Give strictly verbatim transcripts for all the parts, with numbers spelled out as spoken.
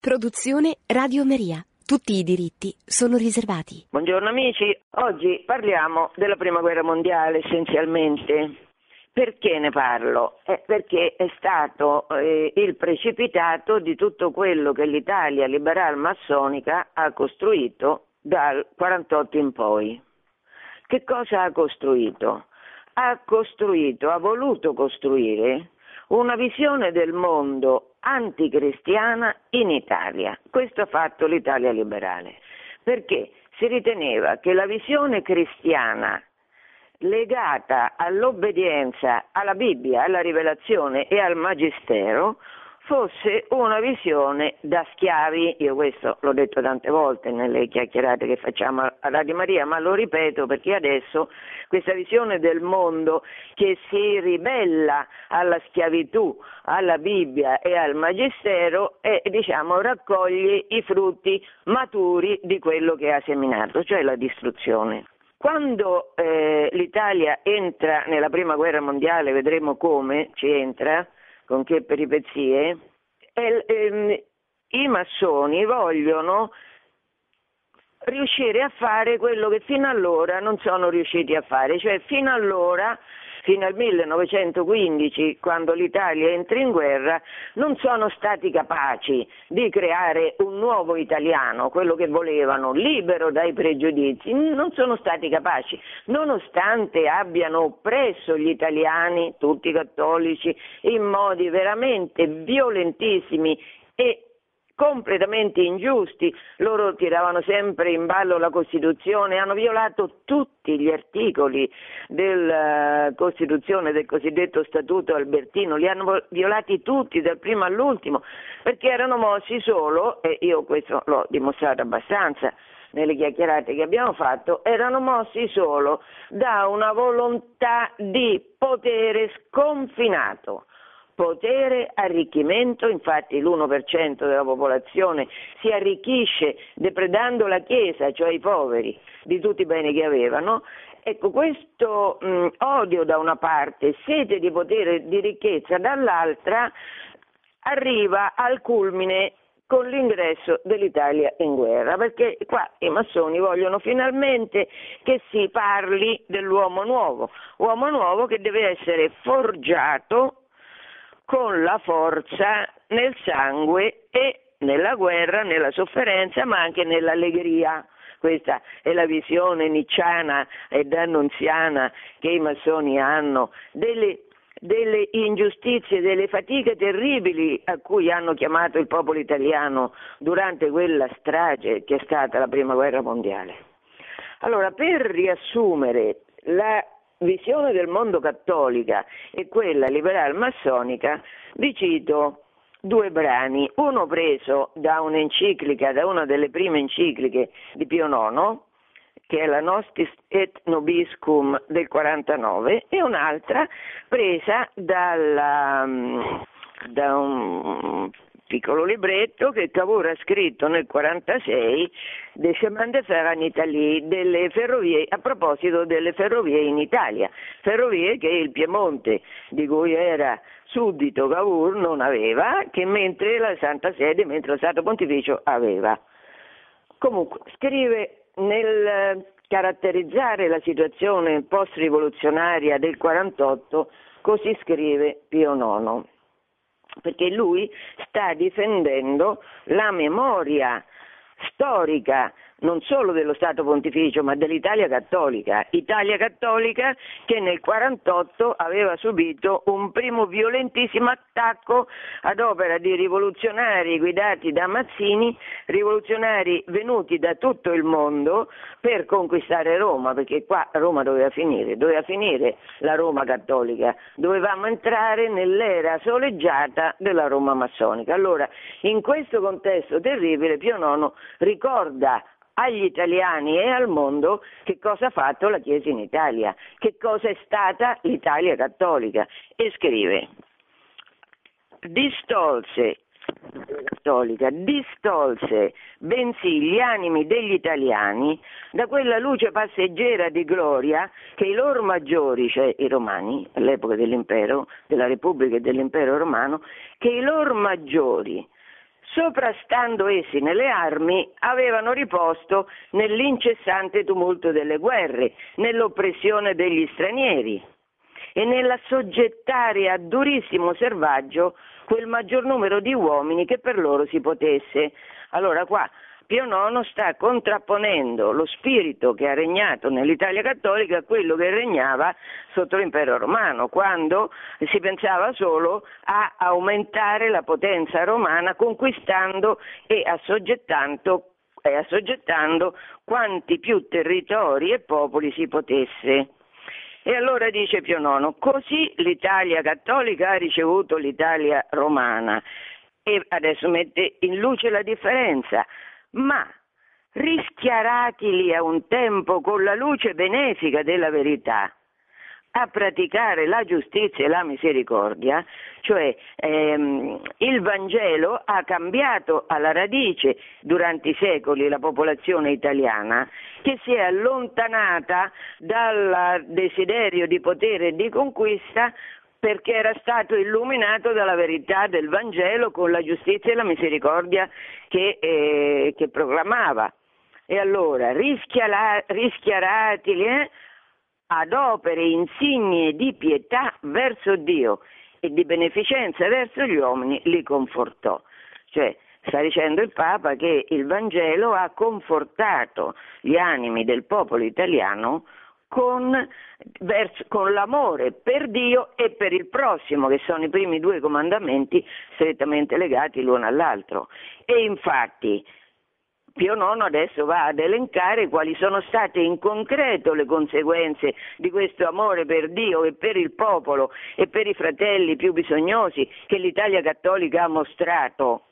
Produzione Radio Maria. Tutti i diritti sono riservati. Buongiorno amici, oggi parliamo della Prima Guerra Mondiale essenzialmente. Perché ne parlo? Eh, perché è stato eh, il precipitato di tutto quello che l'Italia liberal massonica ha costruito dal quarantotto in poi. Che cosa ha costruito? Ha costruito, ha voluto costruire una visione del mondo anticristiana in Italia. Questo ha fatto l'Italia liberale, perché si riteneva che la visione cristiana legata all'obbedienza alla Bibbia, alla rivelazione e al magistero fosse una visione da schiavi. Io questo l'ho detto tante volte nelle chiacchierate che facciamo a Radio Maria, ma lo ripeto perché adesso questa visione del mondo che si ribella alla schiavitù, alla Bibbia e al magistero e diciamo raccoglie i frutti maturi di quello che ha seminato, cioè la distruzione. Quando eh, l'Italia entra nella Prima Guerra Mondiale, vedremo come ci entra, con che peripezie, e, ehm, i massoni vogliono riuscire a fare quello che fino allora non sono riusciti a fare, cioè fino allora, fino al millenovecentoquindici, quando l'Italia entra in guerra, non sono stati capaci di creare un nuovo italiano, quello che volevano, libero dai pregiudizi, non sono stati capaci, nonostante abbiano oppresso gli italiani, tutti cattolici, in modi veramente violentissimi e completamente ingiusti. Loro tiravano sempre in ballo la Costituzione, hanno violato tutti gli articoli della Costituzione, del cosiddetto Statuto Albertino, li hanno violati tutti dal primo all'ultimo, perché erano mossi solo, e io questo l'ho dimostrato abbastanza nelle chiacchierate che abbiamo fatto, erano mossi solo da una volontà di potere sconfinato. Potere, arricchimento, infatti l'uno per cento della popolazione si arricchisce depredando la Chiesa, cioè i poveri, di tutti i beni che avevano. Ecco, questo mh, odio da una parte, sete di potere e di ricchezza dall'altra, arriva al culmine con l'ingresso dell'Italia in guerra, perché qua i massoni vogliono finalmente che si parli dell'uomo nuovo, uomo nuovo che deve essere forgiato con la forza nel sangue e nella guerra, nella sofferenza, ma anche nell'allegria. Questa è la visione nicciana e dannunziana che i massoni hanno delle, delle ingiustizie, delle fatiche terribili a cui hanno chiamato il popolo italiano durante quella strage che è stata la Prima Guerra Mondiale. Allora, per riassumere la visione del mondo cattolica e quella liberal massonica, vi cito due brani, uno preso da un'enciclica, da una delle prime encicliche di Pio nono, che è la Nostis et Nobiscum del quarantanove, e un'altra presa dalla, da un piccolo libretto che Cavour ha scritto nel quarantasei, De chemin de fer en Italie, delle ferrovie, a proposito delle ferrovie in Italia, ferrovie che il Piemonte, di cui era suddito Cavour, non aveva, che mentre la Santa Sede, mentre lo Stato Pontificio aveva. Comunque, scrive nel caratterizzare la situazione post-rivoluzionaria del quarantotto, così scrive Pio nono. Perché lui sta difendendo la memoria storica non solo dello Stato Pontificio ma dell'Italia cattolica, Italia cattolica che nel quarantotto aveva subito un primo violentissimo attacco ad opera di rivoluzionari guidati da Mazzini, rivoluzionari venuti da tutto il mondo per conquistare Roma, perché qua Roma doveva finire, doveva finire la Roma cattolica, dovevamo entrare nell'era soleggiata della Roma massonica. Allora, in questo contesto terribile Pio nono ricorda agli italiani e al mondo che cosa ha fatto la Chiesa in Italia, che cosa è stata l'Italia cattolica, e scrive: distolse cattolica distolse bensì gli animi degli italiani da quella luce passeggera di gloria che i loro maggiori, cioè i romani all'epoca dell'impero, della Repubblica e dell'impero romano, che i loro maggiori soprastando essi nelle armi, avevano riposto nell'incessante tumulto delle guerre, nell'oppressione degli stranieri e nell'assoggettare a durissimo servaggio quel maggior numero di uomini che per loro si potesse. Allora qua Pio nono sta contrapponendo lo spirito che ha regnato nell'Italia cattolica a quello che regnava sotto l'impero romano, quando si pensava solo a aumentare la potenza romana conquistando e assoggettando, e assoggettando quanti più territori e popoli si potesse. E allora dice Pio nono, così l'Italia cattolica ha ricevuto l'Italia romana, e adesso mette in luce la differenza, ma rischiaratili a un tempo con la luce benefica della verità a praticare la giustizia e la misericordia, cioè ehm, il Vangelo ha cambiato alla radice durante i secoli la popolazione italiana, che si è allontanata dal desiderio di potere e di conquista perché era stato illuminato dalla verità del Vangelo con la giustizia e la misericordia che, eh, che proclamava. E allora rischiaratili eh, ad opere insigne di pietà verso Dio e di beneficenza verso gli uomini li confortò. Cioè sta dicendo il Papa che il Vangelo ha confortato gli animi del popolo italiano Con, verso, con l'amore per Dio e per il prossimo, che sono i primi due comandamenti strettamente legati l'uno all'altro. E infatti Pio nono adesso va ad elencare quali sono state in concreto le conseguenze di questo amore per Dio e per il popolo e per i fratelli più bisognosi che l'Italia cattolica ha mostrato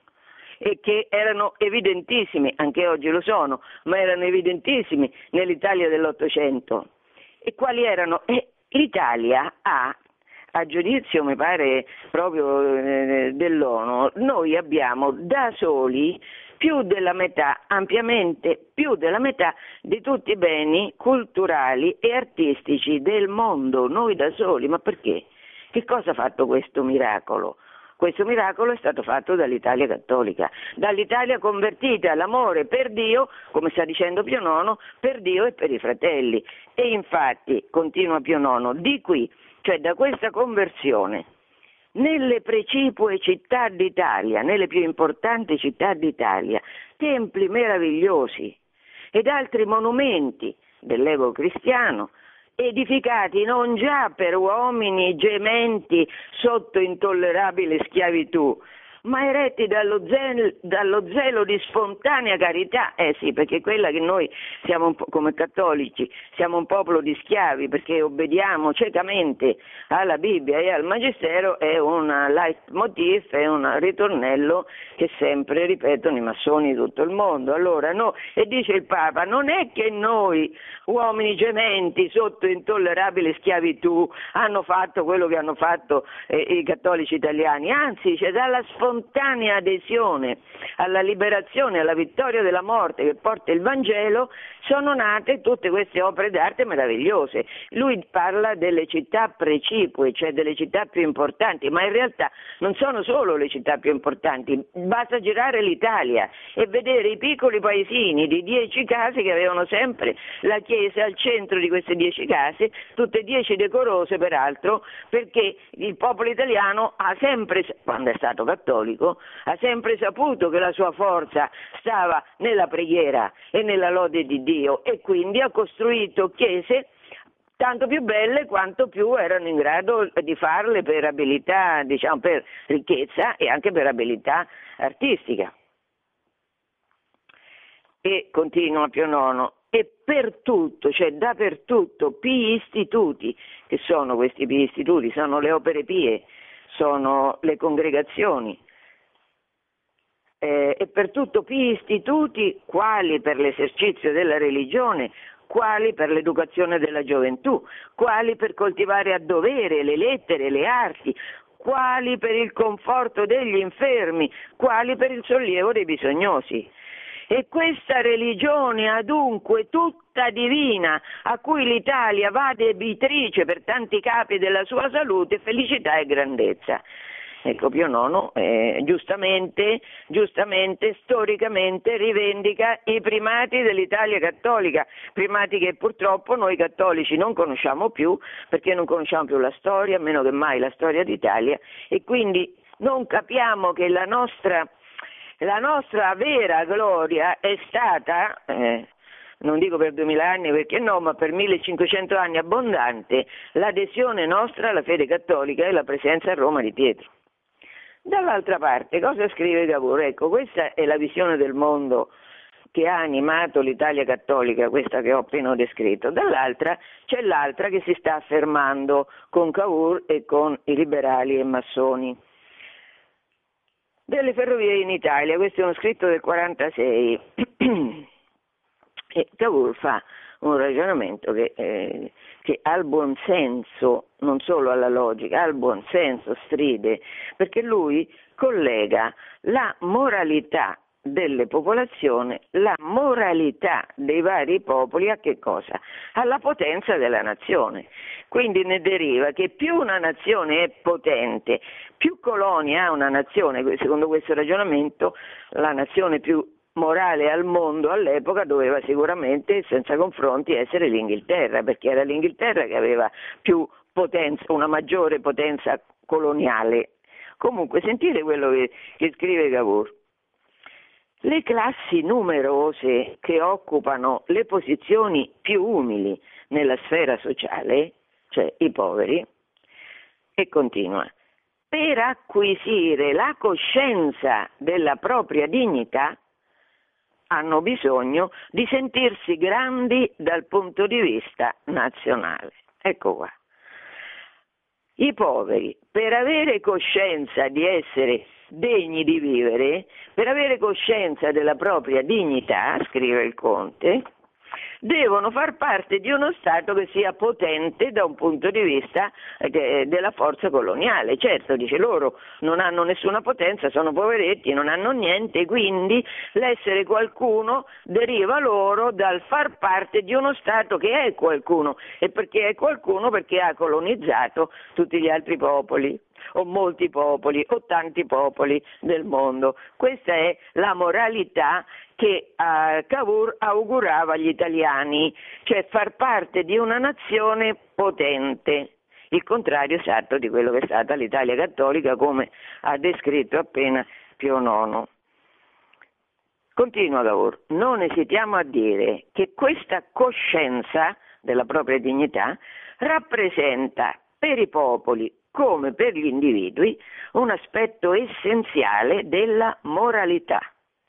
e che erano evidentissimi, anche oggi lo sono, ma erano evidentissimi nell'Italia dell'Ottocento. E quali erano? Eh, L'Italia ha, a giudizio mi pare proprio eh, dell'ONU, noi abbiamo da soli più della metà, ampiamente più della metà di tutti i beni culturali e artistici del mondo, noi da soli. Ma perché? Che cosa ha fatto questo miracolo? Questo miracolo è stato fatto dall'Italia cattolica, dall'Italia convertita all'amore per Dio, come sta dicendo Pio nono, per Dio e per i fratelli. E infatti, continua Pio nono, di qui, cioè da questa conversione, nelle precipue città d'Italia, nelle più importanti città d'Italia, templi meravigliosi ed altri monumenti dell'epoca cristiano, edificati non già per uomini gementi sotto intollerabile schiavitù, ma eretti dallo zelo, dallo zelo di spontanea carità. Eh sì, perché quella che noi siamo un po', come cattolici, siamo un popolo di schiavi perché obbediamo ciecamente alla Bibbia e al Magistero, è un leitmotiv, è un ritornello che sempre ripetono i massoni di tutto il mondo. Allora, no, e dice il Papa, non è che noi, uomini gementi sotto intollerabile schiavitù, hanno fatto quello che hanno fatto eh, i cattolici italiani, anzi c'è dalla spontanea adesione alla liberazione, alla vittoria della morte che porta il Vangelo, sono nate tutte queste opere d'arte meravigliose. Lui parla delle città precipue, cioè delle città più importanti, ma in realtà non sono solo le città più importanti, basta girare l'Italia e vedere i piccoli paesini di dieci case che avevano sempre la chiesa al centro di queste dieci case, tutte e dieci decorose peraltro, perché il popolo italiano ha sempre, quando è stato cattolico, ha sempre saputo che la sua forza stava nella preghiera e nella lode di Dio, e quindi ha costruito chiese tanto più belle quanto più erano in grado di farle per abilità, diciamo, per ricchezza e anche per abilità artistica. E continua Pio nono, e per tutto, cioè dappertutto, pii istituti, che sono questi pii istituti? Sono le opere pie, sono le congregazioni, eh, e per tutto pii istituti, quali per l'esercizio della religione, quali per l'educazione della gioventù, quali per coltivare a dovere le lettere, le arti, quali per il conforto degli infermi, quali per il sollievo dei bisognosi. E questa religione adunque tutta divina, a cui l'Italia va debitrice per tanti capi della sua salute, felicità e grandezza. Ecco, Pio nono eh, giustamente, giustamente, storicamente rivendica i primati dell'Italia cattolica, primati che purtroppo noi cattolici non conosciamo più, perché non conosciamo più la storia, meno che mai la storia d'Italia, e quindi non capiamo che la nostra, la nostra vera gloria è stata... Eh, non dico per duemila anni perché no, ma per millecinquecento anni abbondante, l'adesione nostra alla fede cattolica e la presenza a Roma di Pietro. Dall'altra parte, cosa scrive Cavour? Ecco, questa è la visione del mondo che ha animato l'Italia cattolica, questa che ho appena descritto. Dall'altra c'è l'altra che si sta affermando con Cavour e con i liberali e massoni. Delle ferrovie in Italia, questo è uno scritto del quarantasei. E Cavour fa un ragionamento che, eh, che al buon senso, non solo alla logica, al buon senso stride, perché lui collega la moralità delle popolazioni, la moralità dei vari popoli a che cosa? Alla potenza della nazione. Quindi ne deriva che più una nazione è potente, più colonie ha una nazione, secondo questo ragionamento la nazione più morale al mondo all'epoca doveva sicuramente, senza confronti, essere l'Inghilterra, perché era l'Inghilterra che aveva più potenza, una maggiore potenza coloniale. Comunque, sentite quello che, che scrive Cavour. Le classi numerose che occupano le posizioni più umili nella sfera sociale, cioè i poveri, e continua, per acquisire la coscienza della propria dignità, hanno bisogno di sentirsi grandi dal punto di vista nazionale. Ecco qua. I poveri, per avere coscienza di essere degni di vivere, per avere coscienza della propria dignità, scrive il Conte, devono far parte di uno Stato che sia potente da un punto di vista eh, della forza coloniale. Certo, dice, loro non hanno nessuna potenza, sono poveretti, non hanno niente, quindi l'essere qualcuno deriva loro dal far parte di uno Stato che è qualcuno, e perché è qualcuno perché ha colonizzato tutti gli altri popoli, o molti popoli, o tanti popoli del mondo. Questa è la moralità che uh, Cavour augurava agli italiani, cioè far parte di una nazione potente, il contrario esatto di quello che è stata l'Italia cattolica, come ha descritto appena Pio nono. Continua Cavour, non esitiamo a dire che questa coscienza della propria dignità rappresenta per i popoli come per gli individui un aspetto essenziale della moralità.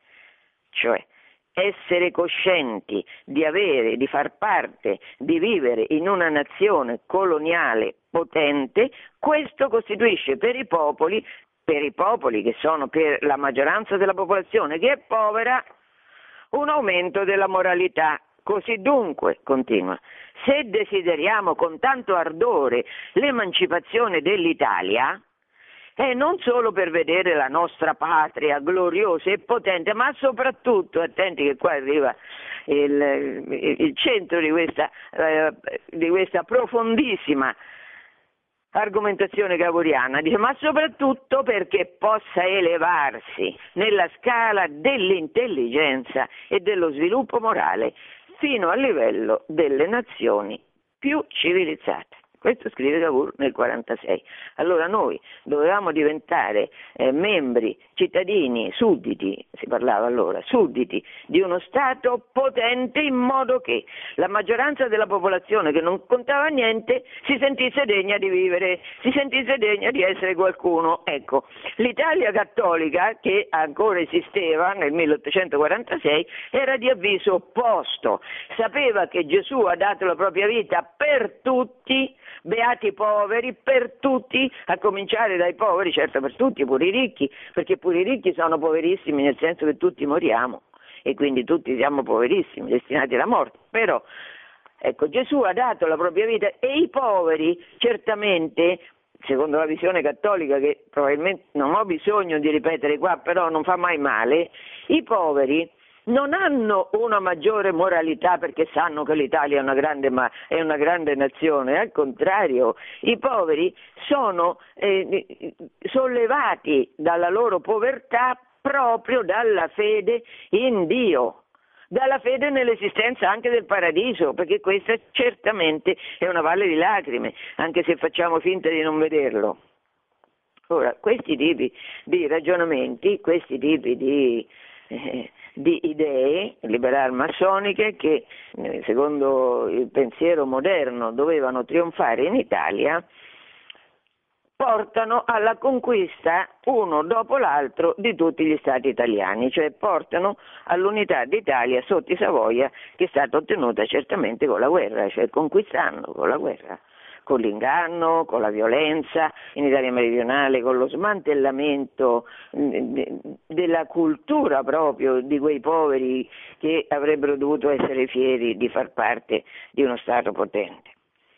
Cioè essere coscienti di avere, di far parte, di vivere in una nazione coloniale potente, questo costituisce per i popoli, per i popoli che sono per la maggioranza della popolazione che è povera, un aumento della moralità. Così dunque, continua, se desideriamo con tanto ardore l'emancipazione dell'Italia, e non solo per vedere la nostra patria gloriosa e potente, ma soprattutto, attenti che qua arriva il, il centro di questa, eh, di questa profondissima argomentazione cavouriana, dice, ma soprattutto perché possa elevarsi nella scala dell'intelligenza e dello sviluppo morale fino al livello delle nazioni più civilizzate. Questo scrive Cavour nel quarantasei. Allora noi dovevamo diventare eh, membri, cittadini, sudditi, si parlava allora, sudditi di uno Stato potente in modo che la maggioranza della popolazione che non contava niente si sentisse degna di vivere, si sentisse degna di essere qualcuno. Ecco, l'Italia cattolica che ancora esisteva nel milleottocentoquarantasei era di avviso opposto, sapeva che Gesù ha dato la propria vita per tutti, beati i poveri, per tutti, a cominciare dai poveri, certo per tutti, pure i ricchi, perché pure i ricchi sono poverissimi nel senso che tutti moriamo e quindi tutti siamo poverissimi, destinati alla morte, però ecco, Gesù ha dato la propria vita e i poveri certamente, secondo la visione cattolica che probabilmente non ho bisogno di ripetere qua, però non fa mai male, i poveri non hanno una maggiore moralità perché sanno che l'Italia è una grande, ma è una grande nazione, al contrario, i poveri sono eh, sollevati dalla loro povertà proprio dalla fede in Dio, dalla fede nell'esistenza anche del paradiso, perché questa certamente è una valle di lacrime, anche se facciamo finta di non vederlo. Ora, questi tipi di ragionamenti, questi tipi di eh, di idee liberal massoniche che eh, secondo il pensiero moderno dovevano trionfare in Italia, portano alla conquista uno dopo l'altro di tutti gli stati italiani, cioè portano all'unità d'Italia sotto i Savoia, che è stata ottenuta certamente con la guerra, cioè conquistando con la guerra, con l'inganno, con la violenza, in Italia meridionale con lo smantellamento della cultura proprio di quei poveri che avrebbero dovuto essere fieri di far parte di uno Stato potente.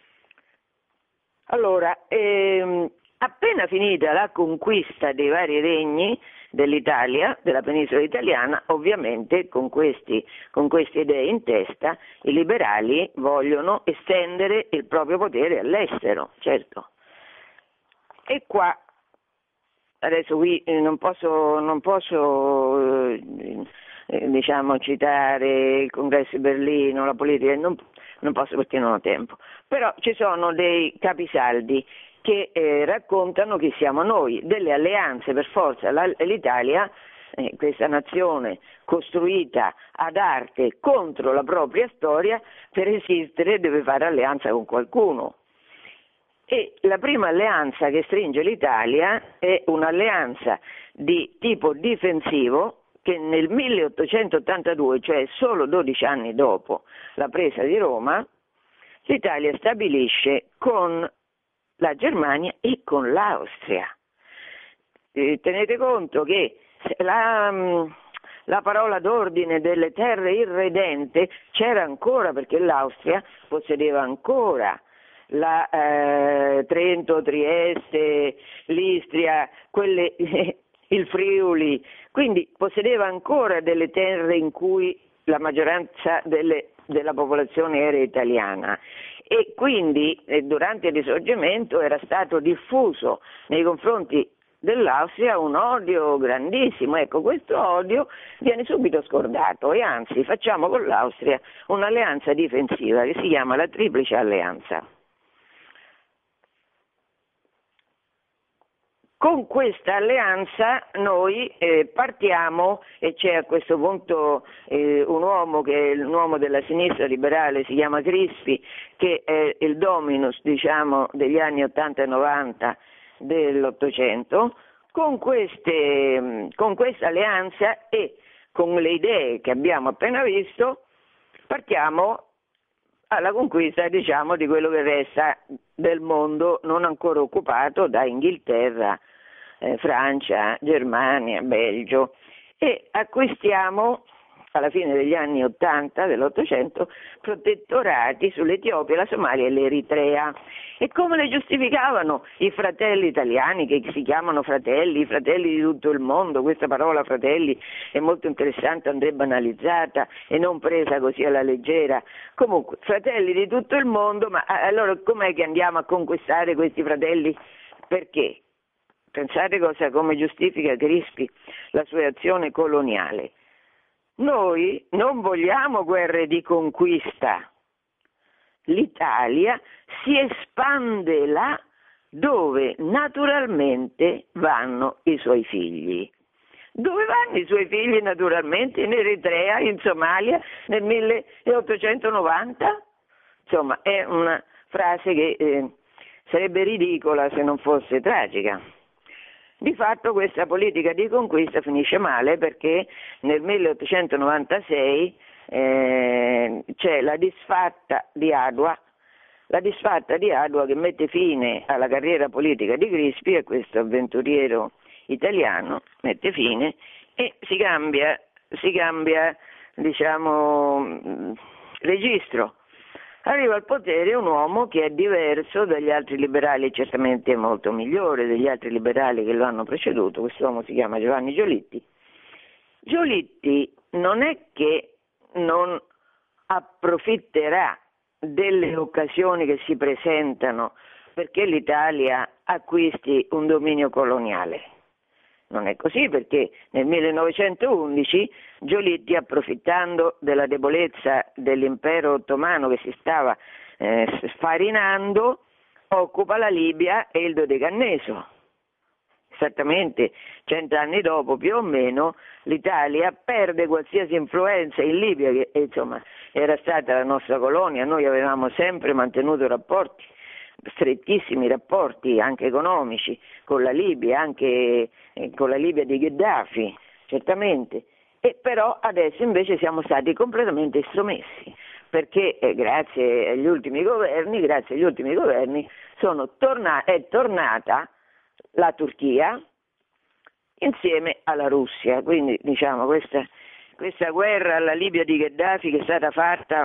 Allora, ehm, appena finita la conquista dei vari regni dell'Italia, della penisola italiana, ovviamente con, questi, con queste idee in testa i liberali vogliono estendere il proprio potere all'estero, certo. E qua, adesso qui non posso, non posso eh, diciamo, citare il Congresso di Berlino, la politica, non, non posso perché non ho tempo, però ci sono dei capisaldi che eh, raccontano chi siamo noi, delle alleanze per forza. La, L'Italia, eh, questa nazione costruita ad arte contro la propria storia, per esistere deve fare alleanza con qualcuno. E la prima alleanza che stringe l'Italia è un'alleanza di tipo difensivo che nel milleottocentottantadue, cioè solo dodici anni dopo la presa di Roma, l'Italia stabilisce con la Germania e con l'Austria. Eh, tenete conto che la, la parola d'ordine delle terre irredente c'era ancora, perché l'Austria possedeva ancora la eh, Trento, Trieste, l'Istria, quelle, il Friuli, quindi possedeva ancora delle terre in cui la maggioranza delle, della popolazione era italiana. E quindi eh, durante il Risorgimento era stato diffuso nei confronti dell'Austria un odio grandissimo. Ecco, questo odio viene subito scordato e anzi facciamo con l'Austria un'alleanza difensiva che si chiama la Triplice Alleanza. Con questa alleanza noi eh, partiamo, e c'è a questo punto eh, un uomo che è un uomo della sinistra liberale, si chiama Crispi, che è il dominus, diciamo, degli anni ottanta e novanta dell'Ottocento, con, queste, con questa alleanza e con le idee che abbiamo appena visto, partiamo alla conquista, diciamo, di quello che resta del mondo non ancora occupato da Inghilterra, eh, Francia, Germania, Belgio, e acquistiamo alla fine degli anni ottanta dell'Ottocento protettorati sull'Etiopia, la Somalia e l'Eritrea. E come le giustificavano i fratelli italiani, che si chiamano fratelli, i fratelli di tutto il mondo? Questa parola fratelli è molto interessante, andrebbe analizzata e non presa così alla leggera. Comunque, fratelli di tutto il mondo, ma allora com'è che andiamo a conquistare questi fratelli? Perché? Pensate cosa, come giustifica Crispi la sua azione coloniale. Noi non vogliamo guerre di conquista. L'Italia si espande là dove naturalmente vanno i suoi figli. Dove vanno i suoi figli naturalmente? In Eritrea, in Somalia, nel milleottocentonovanta? Insomma, è una frase che eh, sarebbe ridicola se non fosse tragica. Di fatto questa politica di conquista finisce male perché nel milleottocentonovantasei eh, c'è la disfatta di Adua, la disfatta di Adua che mette fine alla carriera politica di Crispi, e questo avventuriero italiano mette fine e si cambia, si cambia diciamo, registro. Arriva al potere un uomo che è diverso dagli altri liberali, certamente molto migliore degli altri liberali che lo hanno preceduto. Quest'uomo si chiama Giovanni Giolitti Giolitti non è che non approfitterà delle occasioni che si presentano perché l'Italia acquisti un dominio coloniale. Non è così, perché nel millenovecentoundici Giolitti, approfittando della debolezza dell'impero ottomano che si stava eh, sfarinando, occupa la Libia e il Dodecanneso. Esattamente cent'anni dopo, più o meno, l'Italia perde qualsiasi influenza in Libia, che insomma era stata la nostra colonia. Noi avevamo sempre mantenuto rapporti, strettissimi rapporti anche economici con la Libia, anche con la Libia di Gheddafi, certamente, e però adesso invece siamo stati completamente estromessi, perché eh, grazie agli ultimi governi, grazie agli ultimi governi sono torna- è tornata la Turchia insieme alla Russia, quindi diciamo questa, questa guerra alla Libia di Gheddafi, che è stata fatta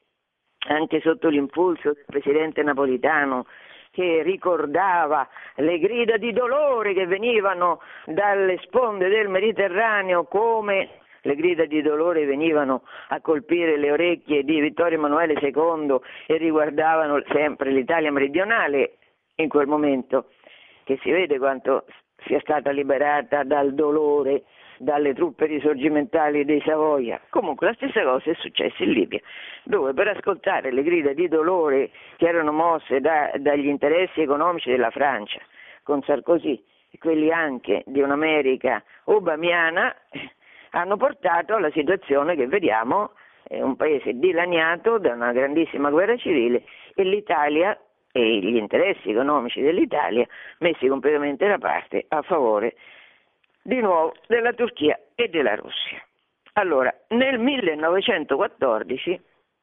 anche sotto l'impulso del presidente Napolitano, che ricordava le grida di dolore che venivano dalle sponde del Mediterraneo, come le grida di dolore venivano a colpire le orecchie di Vittorio Emanuele secondo e riguardavano sempre l'Italia meridionale in quel momento, che si vede quanto sia stata liberata dal dolore dalle truppe risorgimentali dei Savoia. Comunque la stessa cosa è successa in Libia, dove per ascoltare le grida di dolore che erano mosse da, dagli interessi economici della Francia, con Sarkozy, e quelli anche di un'America obamiana, hanno portato alla situazione che vediamo, è un paese dilaniato da una grandissima guerra civile, e l'Italia e gli interessi economici dell'Italia messi completamente da parte a favore di nuovo della Turchia e della Russia. Allora, nel millenovecentoquattordici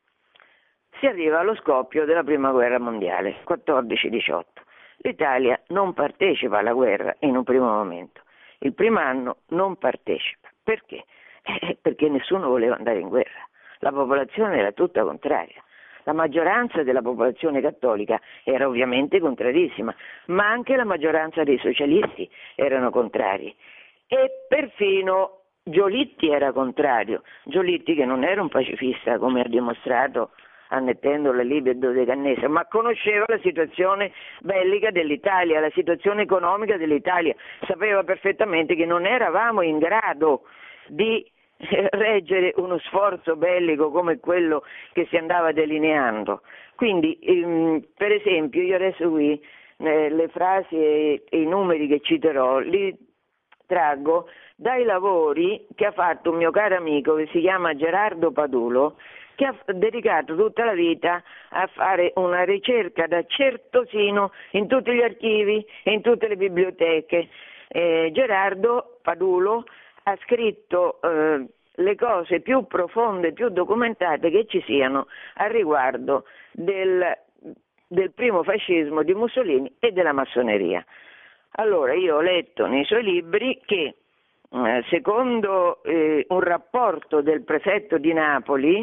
si arriva allo scoppio della prima guerra mondiale, quattordici diciotto. L'Italia non partecipa alla guerra in un primo momento, il primo anno non partecipa. Perché? Eh, perché nessuno voleva andare in guerra, la popolazione era tutta contraria. La maggioranza della popolazione cattolica era ovviamente contrarissima, ma anche la maggioranza dei socialisti erano contrari. E perfino Giolitti era contrario, Giolitti che non era un pacifista come ha dimostrato annettendo la Libia e il Dodecannese, ma conosceva la situazione bellica dell'Italia, la situazione economica dell'Italia, sapeva perfettamente che non eravamo in grado di reggere uno sforzo bellico come quello che si andava delineando. Quindi ehm, per esempio io adesso qui eh, le frasi e, e i numeri che citerò li traggo dai lavori che ha fatto un mio caro amico che si chiama Gerardo Padulo, che ha dedicato tutta la vita a fare una ricerca da certosino in tutti gli archivi e in tutte le biblioteche. Eh, Gerardo Padulo ha scritto eh, le cose più profonde, più documentate che ci siano a riguardo del, del primo fascismo di Mussolini e della massoneria. Allora, io ho letto nei suoi libri che eh, secondo eh, un rapporto del prefetto di Napoli,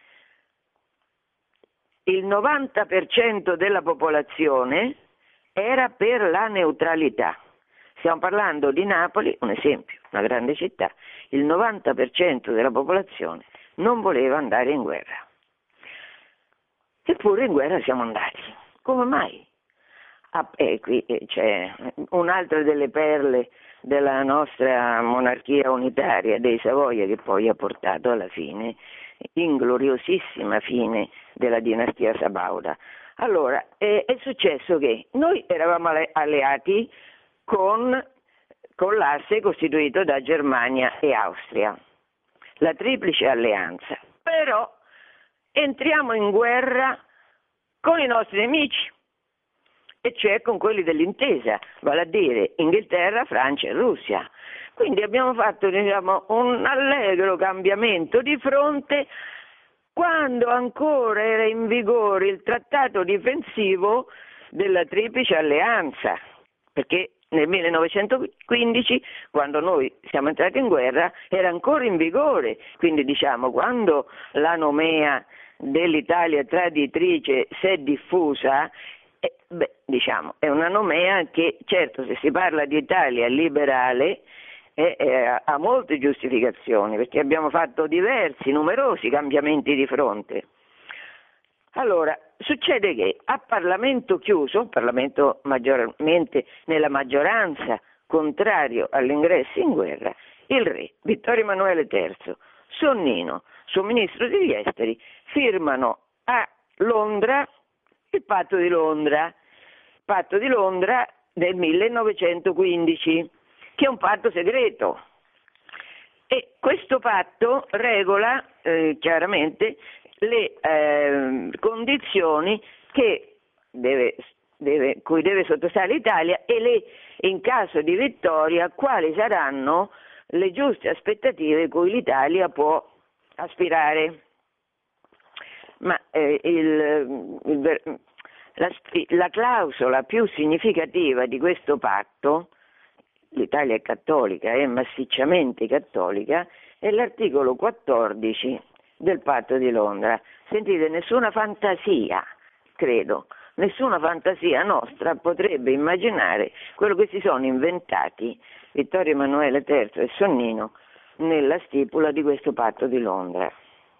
il novanta per cento della popolazione era per la neutralità. Stiamo parlando di Napoli, un esempio, una grande città. Il novanta per cento della popolazione non voleva andare in guerra. Eppure in guerra siamo andati. Come mai? Ah, e qui c'è un'altra delle perle della nostra monarchia unitaria dei Savoia, che poi ha portato alla fine, ingloriosissima fine della dinastia Sabauda. Allora, è, è successo che noi eravamo alleati con, con l'asse costituito da Germania e Austria, la triplice alleanza, però entriamo in guerra con i nostri nemici, e cioè con quelli dell'intesa, vale a dire Inghilterra, Francia e Russia. Quindi abbiamo fatto, diciamo, un allegro cambiamento di fronte quando ancora era in vigore il trattato difensivo della triplice alleanza, perché nel millenovecentoquindici, quando noi siamo entrati in guerra, era ancora in vigore. Quindi diciamo, quando la nomea dell'Italia traditrice si è diffusa, Eh, beh, diciamo, è una nomea che, certo, se si parla di Italia liberale, e eh, ha molte giustificazioni, perché abbiamo fatto diversi, numerosi cambiamenti di fronte. Allora, succede che a Parlamento chiuso, Parlamento maggiormente nella maggioranza contrario all'ingresso in guerra, il re Vittorio Emanuele terzo, Sonnino, suo ministro degli esteri, firmano a Londra il patto di Londra, patto di Londra del millenovecentoquindici, che è un patto segreto. E questo patto regola eh, chiaramente le eh, condizioni che deve, deve, cui deve sottostare l'Italia e le, in caso di vittoria quali saranno le giuste aspettative cui l'Italia può aspirare. Ma eh, il, il, la, la clausola più significativa di questo patto, l'Italia è cattolica, è massicciamente cattolica, è l'articolo quattordici del patto di Londra. Sentite, nessuna fantasia, credo, nessuna fantasia nostra potrebbe immaginare quello che si sono inventati Vittorio Emanuele terzo e Sonnino nella stipula di questo patto di Londra.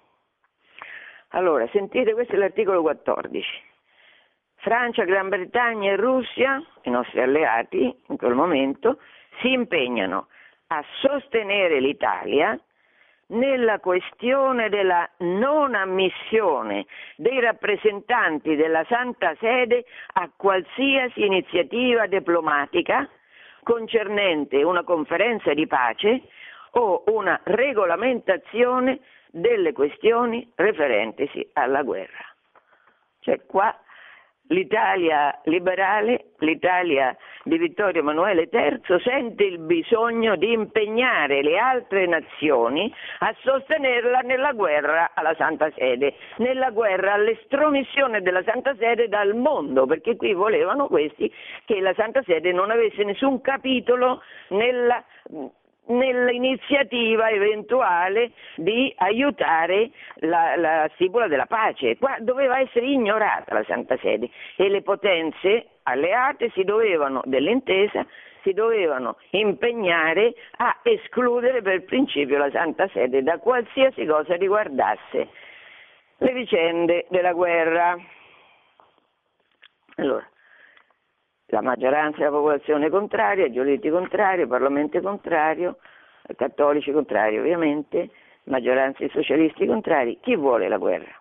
Allora, sentite, questo è l'articolo quattordici. Francia, Gran Bretagna e Russia, i nostri alleati in quel momento, si impegnano a sostenere l'Italia nella questione della non ammissione dei rappresentanti della Santa Sede a qualsiasi iniziativa diplomatica concernente una conferenza di pace o una regolamentazione delle questioni referentesi alla guerra. Cioè qua l'Italia liberale, l'Italia di Vittorio Emanuele terzo sente il bisogno di impegnare le altre nazioni a sostenerla nella guerra alla Santa Sede, nella guerra all'estromissione della Santa Sede dal mondo, perché qui volevano questi che la Santa Sede non avesse nessun capitolo nella nell'iniziativa eventuale di aiutare la, la stipula della pace. Qua doveva essere ignorata la Santa Sede e le potenze alleate si dovevano, dell'intesa, si dovevano impegnare a escludere per principio la Santa Sede da qualsiasi cosa riguardasse le vicende della guerra. Allora, la maggioranza della popolazione contraria, Giolitti contrario, Parlamento contrario, cattolici contrari ovviamente, maggioranza di socialisti contrari. Chi vuole la guerra?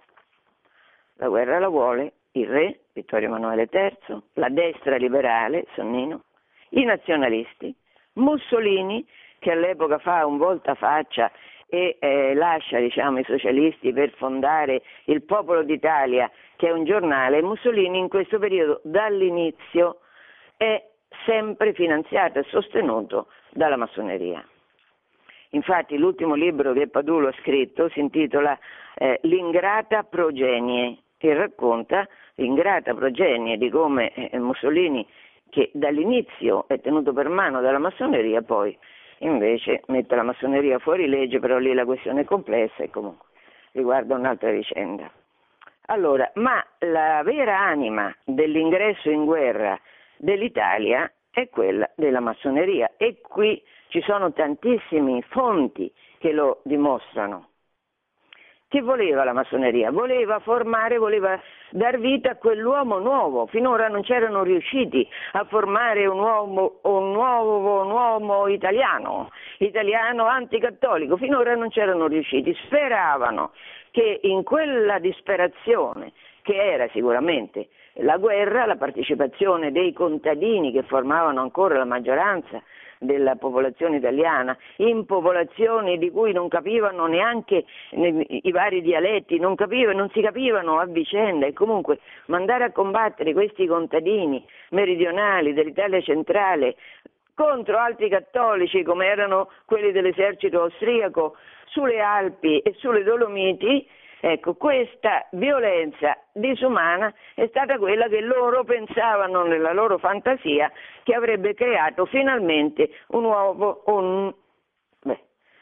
La guerra la vuole il re, Vittorio Emanuele terzo, la destra liberale, Sonnino, i nazionalisti, Mussolini, che all'epoca fa un voltafaccia e eh, lascia, diciamo, i socialisti per fondare il Popolo d'Italia, che è un giornale. Mussolini in questo periodo dall'inizio è sempre finanziato e sostenuto dalla massoneria. Infatti l'ultimo libro che Padulo ha scritto si intitola eh, L'ingrata progenie e racconta l'ingrata progenie di come eh, Mussolini, che dall'inizio è tenuto per mano dalla massoneria, poi invece mette la massoneria fuori legge, però lì la questione è complessa e comunque riguarda un'altra vicenda. Allora, ma la vera anima dell'ingresso in guerra dell'Italia è quella della massoneria e qui ci sono tantissime fonti che lo dimostrano. Che voleva la massoneria? Voleva formare, voleva dar vita a quell'uomo nuovo. Finora non c'erano riusciti a formare un uomo, un nuovo un uomo italiano, italiano anticattolico. Finora non c'erano riusciti. Speravano che in quella disperazione, che era sicuramente la guerra, la partecipazione dei contadini che formavano ancora la maggioranza della popolazione italiana, in popolazioni di cui non capivano neanche i vari dialetti, non capivano, non si capivano a vicenda, e comunque mandare a combattere questi contadini meridionali dell'Italia centrale contro altri cattolici come erano quelli dell'esercito austriaco sulle Alpi e sulle Dolomiti. Ecco, questa violenza disumana è stata quella che loro pensavano nella loro fantasia che avrebbe creato finalmente un uomo, un, beh,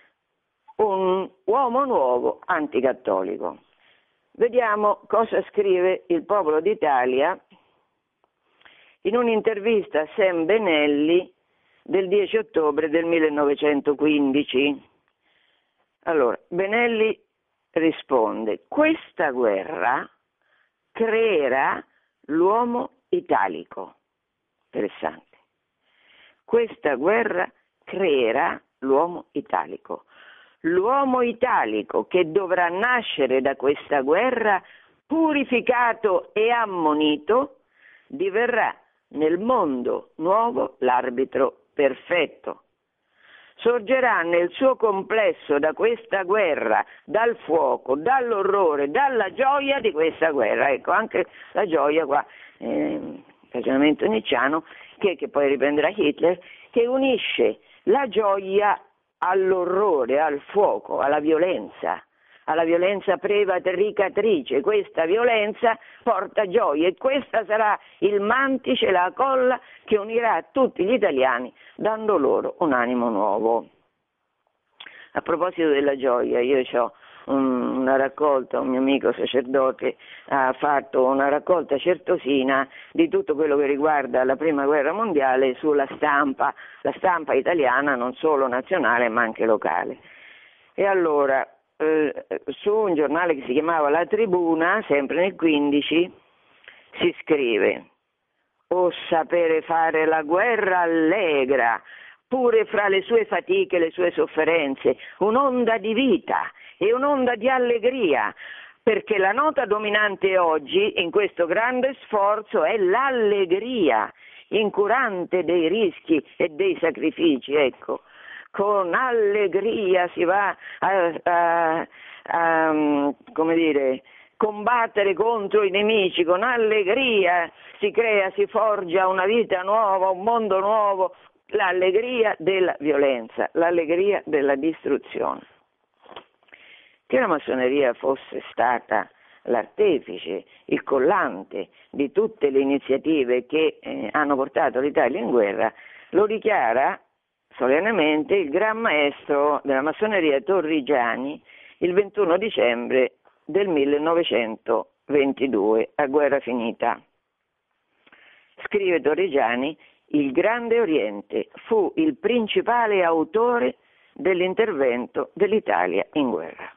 un uomo nuovo anticattolico. Vediamo cosa scrive il Popolo d'Italia in un'intervista a Sam Benelli del dieci ottobre del millenovecentoquindici. Allora, Benelli risponde: questa guerra creerà l'uomo italico. Interessante. Questa guerra creerà l'uomo italico. L'uomo italico che dovrà nascere da questa guerra, purificato e ammonito, diverrà nel mondo nuovo l'arbitro perfetto. Sorgerà nel suo complesso da questa guerra, dal fuoco, dall'orrore, dalla gioia di questa guerra. Ecco, anche la gioia qua, eh, ragionamento nicciano, che, che poi riprenderà Hitler, che unisce la gioia all'orrore, al fuoco, alla violenza, alla violenza prevaricatrice. Questa violenza porta gioia e questa sarà il mantice, la colla che unirà tutti gli italiani, dando loro un animo nuovo. A proposito della gioia, io ho un, una raccolta, un mio amico sacerdote ha fatto una raccolta certosina di tutto quello che riguarda la prima guerra mondiale sulla stampa, la stampa italiana, non solo nazionale ma anche locale. E allora, eh, su un giornale che si chiamava La Tribuna, sempre nel quindici, si scrive: «O sapere fare la guerra allegra, pure fra le sue fatiche e le sue sofferenze, un'onda di vita e un'onda di allegria, perché la nota dominante oggi in questo grande sforzo è l'allegria, incurante dei rischi e dei sacrifici». Ecco, con allegria si va a, a, a come dire, combattere contro i nemici, con allegria si crea, si forgia una vita nuova, un mondo nuovo, l'allegria della violenza, l'allegria della distruzione. Che la massoneria fosse stata l'artefice, il collante di tutte le iniziative che eh, hanno portato l'Italia in guerra, lo dichiara solennemente il gran maestro della massoneria Torrigiani il ventuno dicembre del millenovecentoventidue, a guerra finita. Scrive Torrigiani: il Grande Oriente fu il principale autore dell'intervento dell'Italia in guerra.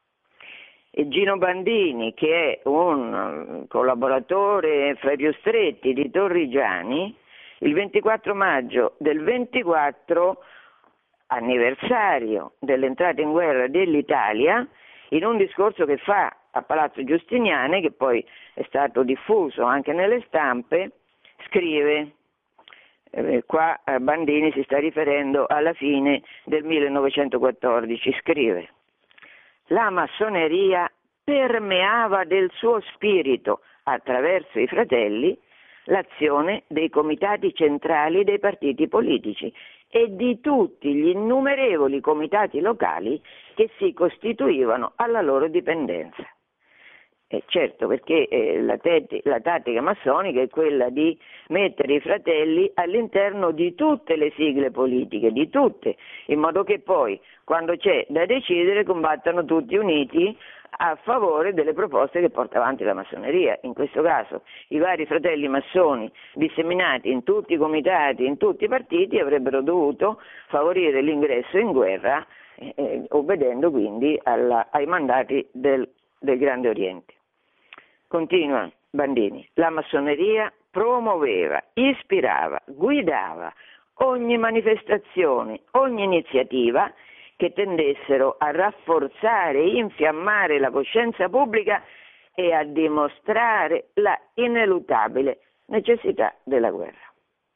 E Gino Bandini, che è un collaboratore fra i più stretti di Torrigiani, il ventiquattro maggio del ventiquattro, anniversario dell'entrata in guerra dell'Italia, in un discorso che fa a Palazzo Giustiniani, che poi è stato diffuso anche nelle stampe, scrive, eh, qua eh, Bandini si sta riferendo alla fine del millenovecentoquattordici, scrive: la massoneria permeava del suo spirito, attraverso i fratelli, l'azione dei comitati centrali dei partiti politici e di tutti gli innumerevoli comitati locali che si costituivano alla loro dipendenza. E certo, perché eh, la, te- la tattica massonica è quella di mettere i fratelli all'interno di tutte le sigle politiche, di tutte, in modo che poi, quando c'è da decidere, combattano tutti uniti a favore delle proposte che porta avanti la massoneria. In questo caso i vari fratelli massoni disseminati in tutti i comitati, in tutti i partiti, avrebbero dovuto favorire l'ingresso in guerra, eh, obbedendo quindi alla, ai mandati del, del Grande Oriente. Continua Bandini: la massoneria promuoveva, ispirava, guidava ogni manifestazione, ogni iniziativa che tendessero a rafforzare e infiammare la coscienza pubblica e a dimostrare la ineluttabile necessità della guerra.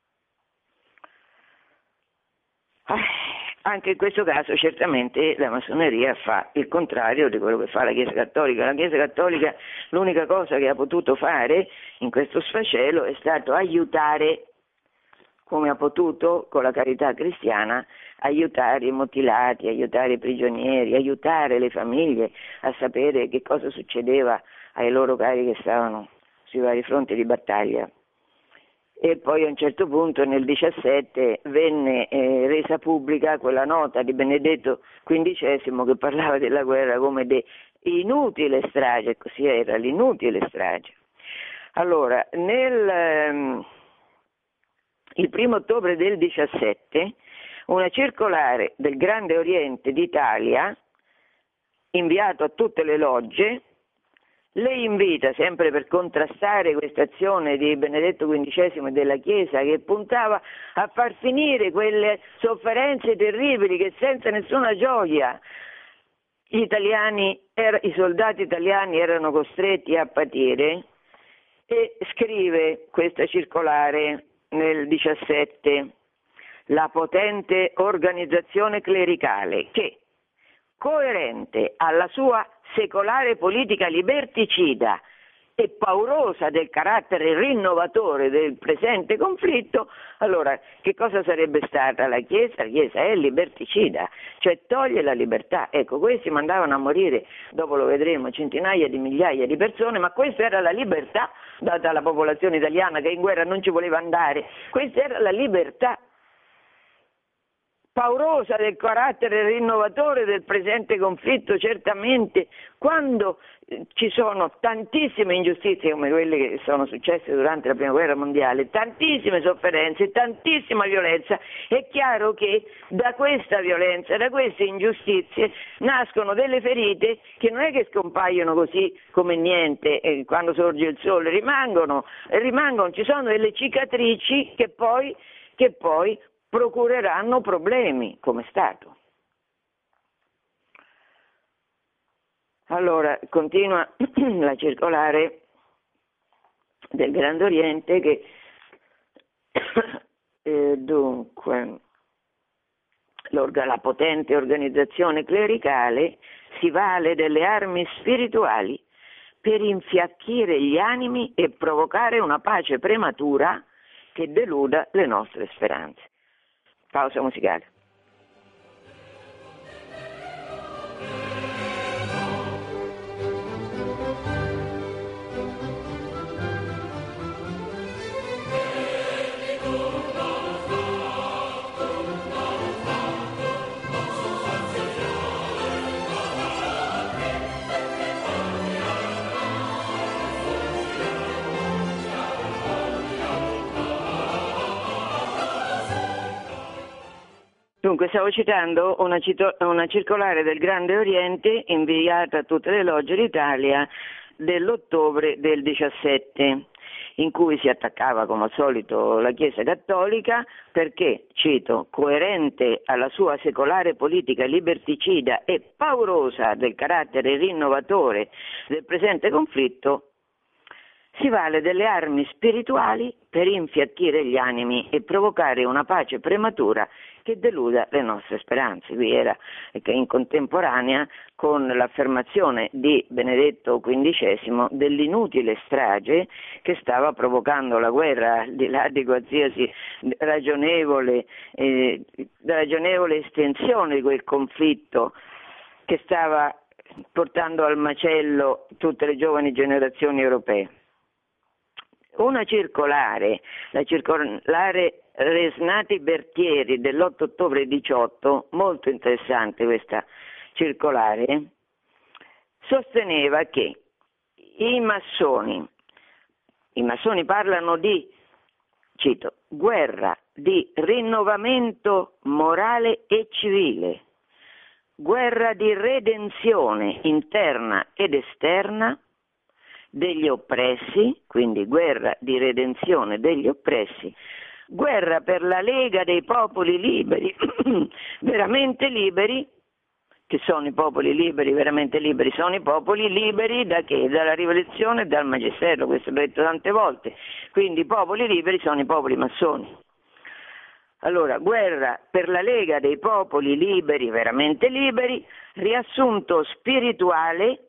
Anche in questo caso certamente la massoneria fa il contrario di quello che fa la Chiesa Cattolica. La Chiesa Cattolica l'unica cosa che ha potuto fare in questo sfacelo è stato aiutare, come ha potuto con la carità cristiana, aiutare i mutilati, aiutare i prigionieri, aiutare le famiglie a sapere che cosa succedeva ai loro cari che stavano sui vari fronti di battaglia. E poi a un certo punto nel diciassette venne eh, resa pubblica quella nota di Benedetto quindicesimo che parlava della guerra come di inutile strage, così era, l'inutile strage. Allora, nel, ehm, il primo ottobre del diciassette, una circolare del Grande Oriente d'Italia, inviato a tutte le logge, le invita, sempre per contrastare questa azione di Benedetto quindicesimo e della Chiesa, che puntava a far finire quelle sofferenze terribili che senza nessuna gioia gli italiani, er, i soldati italiani erano costretti a patire, e scrive questa circolare nel diciassette: la potente organizzazione clericale che, coerente alla sua secolare politica liberticida e paurosa del carattere rinnovatore del presente conflitto, allora che cosa sarebbe stata la Chiesa? La Chiesa è liberticida, cioè toglie la libertà. Ecco, questi mandavano a morire, dopo lo vedremo, centinaia di migliaia di persone, ma questa era la libertà data alla popolazione italiana che in guerra non ci voleva andare, questa era la libertà paurosa del carattere rinnovatore del presente conflitto. Certamente, quando ci sono tantissime ingiustizie come quelle che sono successe durante la prima guerra mondiale, tantissime sofferenze, tantissima violenza, è chiaro che da questa violenza, da queste ingiustizie nascono delle ferite che non è che scompaiono così come niente eh, quando sorge il sole, rimangono, rimangono, ci sono delle cicatrici che poi, che poi procureranno problemi, come è stato. Allora, continua la circolare del Grande Oriente che eh, dunque la potente organizzazione clericale si vale delle armi spirituali per infiacchire gli animi e provocare una pace prematura che deluda le nostre speranze. Pausa musicale. Dunque, stavo citando una, cito- una circolare del Grande Oriente inviata a tutte le logge d'Italia dell'ottobre del diciassette, in cui si attaccava come al solito la Chiesa Cattolica perché, cito, coerente alla sua secolare politica liberticida e paurosa del carattere rinnovatore del presente conflitto, si vale delle armi spirituali per infiacchire gli animi e provocare una pace prematura che deluda le nostre speranze. Qui era in contemporanea con l'affermazione di Benedetto quindicesimo dell'inutile strage che stava provocando la guerra, al di là di qualsiasi ragionevole, eh, ragionevole estensione di quel conflitto che stava portando al macello tutte le giovani generazioni europee. Una circolare, la circolare Resnati Bertieri dell'otto ottobre diciotto, molto interessante questa circolare, sosteneva che i massoni, i massoni parlano di, cito, guerra di rinnovamento morale e civile, guerra di redenzione interna ed esterna degli oppressi, quindi guerra di redenzione degli oppressi, guerra per la lega dei popoli liberi, veramente liberi. Che sono i popoli liberi, veramente liberi? Sono i popoli liberi da che? Dalla rivoluzione e dal magistero, questo l'ho detto tante volte. Quindi i popoli liberi sono i popoli massoni. Allora, guerra per la lega dei popoli liberi, veramente liberi, riassunto spirituale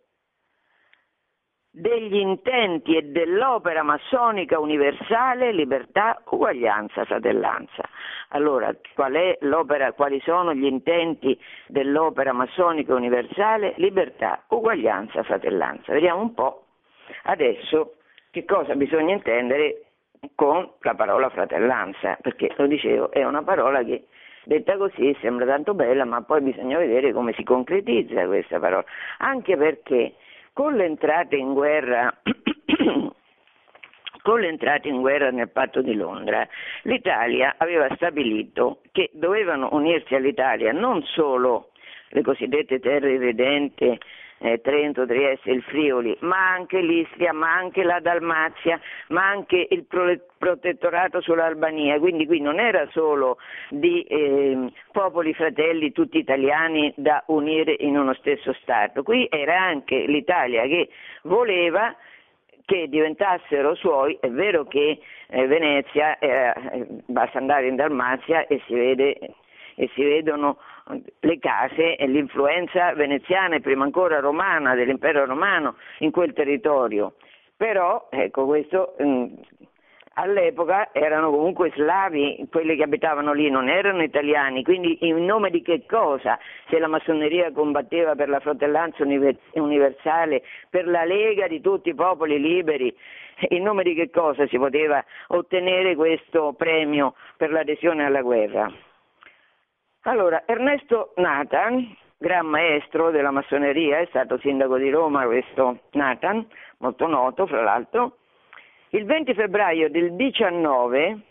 degli intenti e dell'opera massonica universale, libertà, uguaglianza, fratellanza. Allora, qual è l'opera, quali sono gli intenti dell'opera massonica universale? Libertà, uguaglianza, fratellanza. Vediamo un po' adesso che cosa bisogna intendere con la parola fratellanza, perché lo dicevo, è una parola che detta così sembra tanto bella, ma poi bisogna vedere come si concretizza questa parola, anche perché con l'entrata in guerra con l'entrata in guerra nel patto di Londra, l'Italia aveva stabilito che dovevano unirsi all'Italia non solo le cosiddette terre irredente, eh, Trento, Trieste, il Friuli, ma anche l'Istria, ma anche la Dalmazia, ma anche il pro- protettorato sull'Albania, quindi qui non era solo di eh, popoli fratelli tutti italiani da unire in uno stesso Stato, qui era anche l'Italia che voleva che diventassero suoi. È vero che eh, Venezia, eh, basta andare in Dalmazia e si vede e si vedono le case e l'influenza veneziana e prima ancora romana, dell'impero romano in quel territorio, però ecco questo mh, all'epoca erano comunque slavi, quelli che abitavano lì non erano italiani, quindi in nome di che cosa? Se la massoneria combatteva per la fratellanza universale, per la lega di tutti i popoli liberi, in nome di che cosa si poteva ottenere questo premio per l'adesione alla guerra? Allora, Ernesto Nathan, gran maestro della massoneria, è stato sindaco di Roma questo Nathan, molto noto fra l'altro, il venti febbraio del diciannove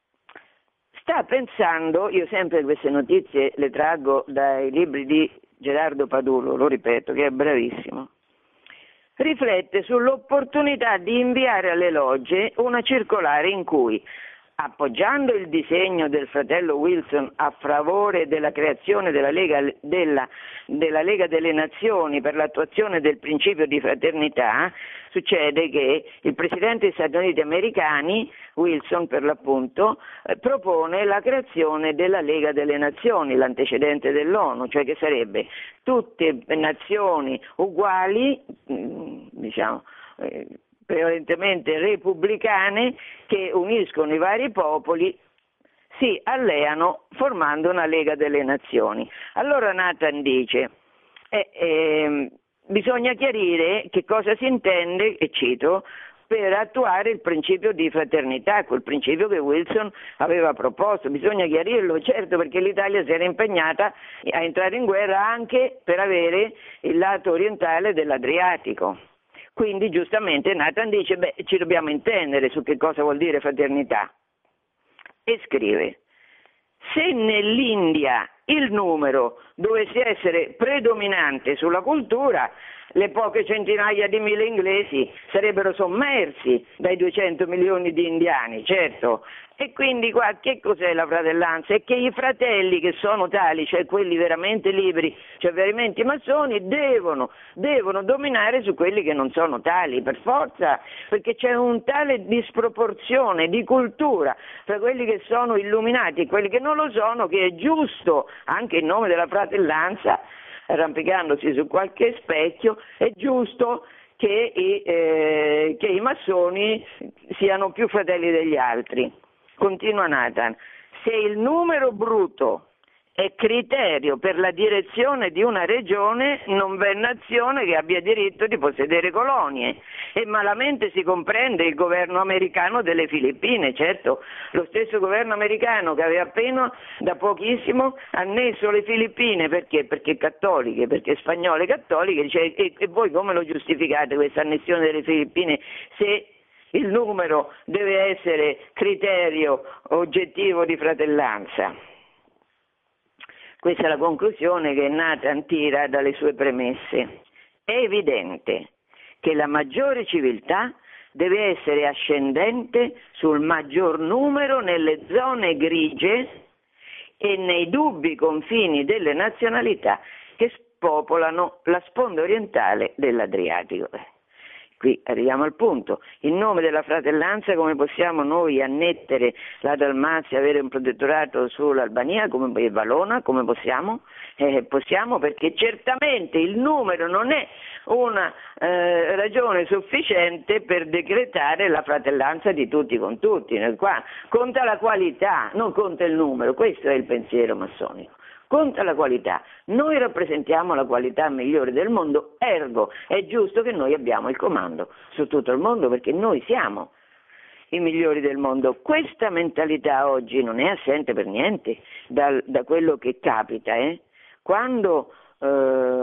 sta pensando, io sempre queste notizie le traggo dai libri di Gerardo Padulo, lo ripeto, che è bravissimo, riflette sull'opportunità di inviare alle logge una circolare in cui, appoggiando il disegno del fratello Wilson a favore della creazione della Lega, della, della Lega delle Nazioni per l'attuazione del principio di fraternità, succede che il Presidente degli Stati Uniti americani, Wilson per l'appunto, eh, propone la creazione della Lega delle Nazioni, l'antecedente dell'ONU, cioè che sarebbe tutte nazioni uguali, mh, diciamo, eh, prevalentemente repubblicane, che uniscono i vari popoli, si alleano formando una Lega delle Nazioni. Allora Nathan dice, eh, eh, bisogna chiarire che cosa si intende, e cito, per attuare il principio di fraternità, quel principio che Wilson aveva proposto, bisogna chiarirlo, certo, perché l'Italia si era impegnata a entrare in guerra anche per avere il lato orientale dell'Adriatico. Quindi giustamente Nathan dice, beh, ci dobbiamo intendere su che cosa vuol dire fraternità. E scrive, se nell'India il numero dovesse essere predominante sulla cultura, le poche centinaia di mila inglesi sarebbero sommersi dai duecento milioni di indiani, certo. E quindi qua che cos'è la fratellanza? È che i fratelli che sono tali, cioè quelli veramente liberi, cioè veramente i massoni, devono, devono dominare su quelli che non sono tali, per forza, perché c'è un tale disproporzione di cultura tra quelli che sono illuminati e quelli che non lo sono, che è giusto, anche in nome della fratellanza, arrampicandosi su qualche specchio, è giusto che i, eh, che i massoni siano più fratelli degli altri. Continua Nathan, se il numero bruto è criterio per la direzione di una regione, non v'è nazione che abbia diritto di possedere colonie, e malamente si comprende il governo americano delle Filippine, certo, lo stesso governo americano che aveva appena da pochissimo annesso le Filippine, perché? Perché cattoliche, perché spagnole cattoliche, dice, e, e voi come lo giustificate questa annessione delle Filippine se il numero deve essere criterio oggettivo di fratellanza? Questa è la conclusione che Nathan tira dalle sue premesse. È evidente che la maggiore civiltà deve essere ascendente sul maggior numero nelle zone grigie e nei dubbi confini delle nazionalità che spopolano la sponda orientale dell'Adriatico. Qui arriviamo al punto, in nome della fratellanza come possiamo noi annettere la Dalmazia, avere un protettorato sull'Albania, come Valona, come possiamo? Eh, possiamo perché certamente il numero non è una eh, ragione sufficiente per decretare la fratellanza di tutti con tutti, qua conta la qualità, non conta il numero, questo è il pensiero massonico. Conta la qualità, noi rappresentiamo la qualità migliore del mondo, ergo è giusto che noi abbiamo il comando su tutto il mondo perché noi siamo i migliori del mondo. Questa mentalità oggi non è assente per niente da, da quello che capita, eh? Quando eh,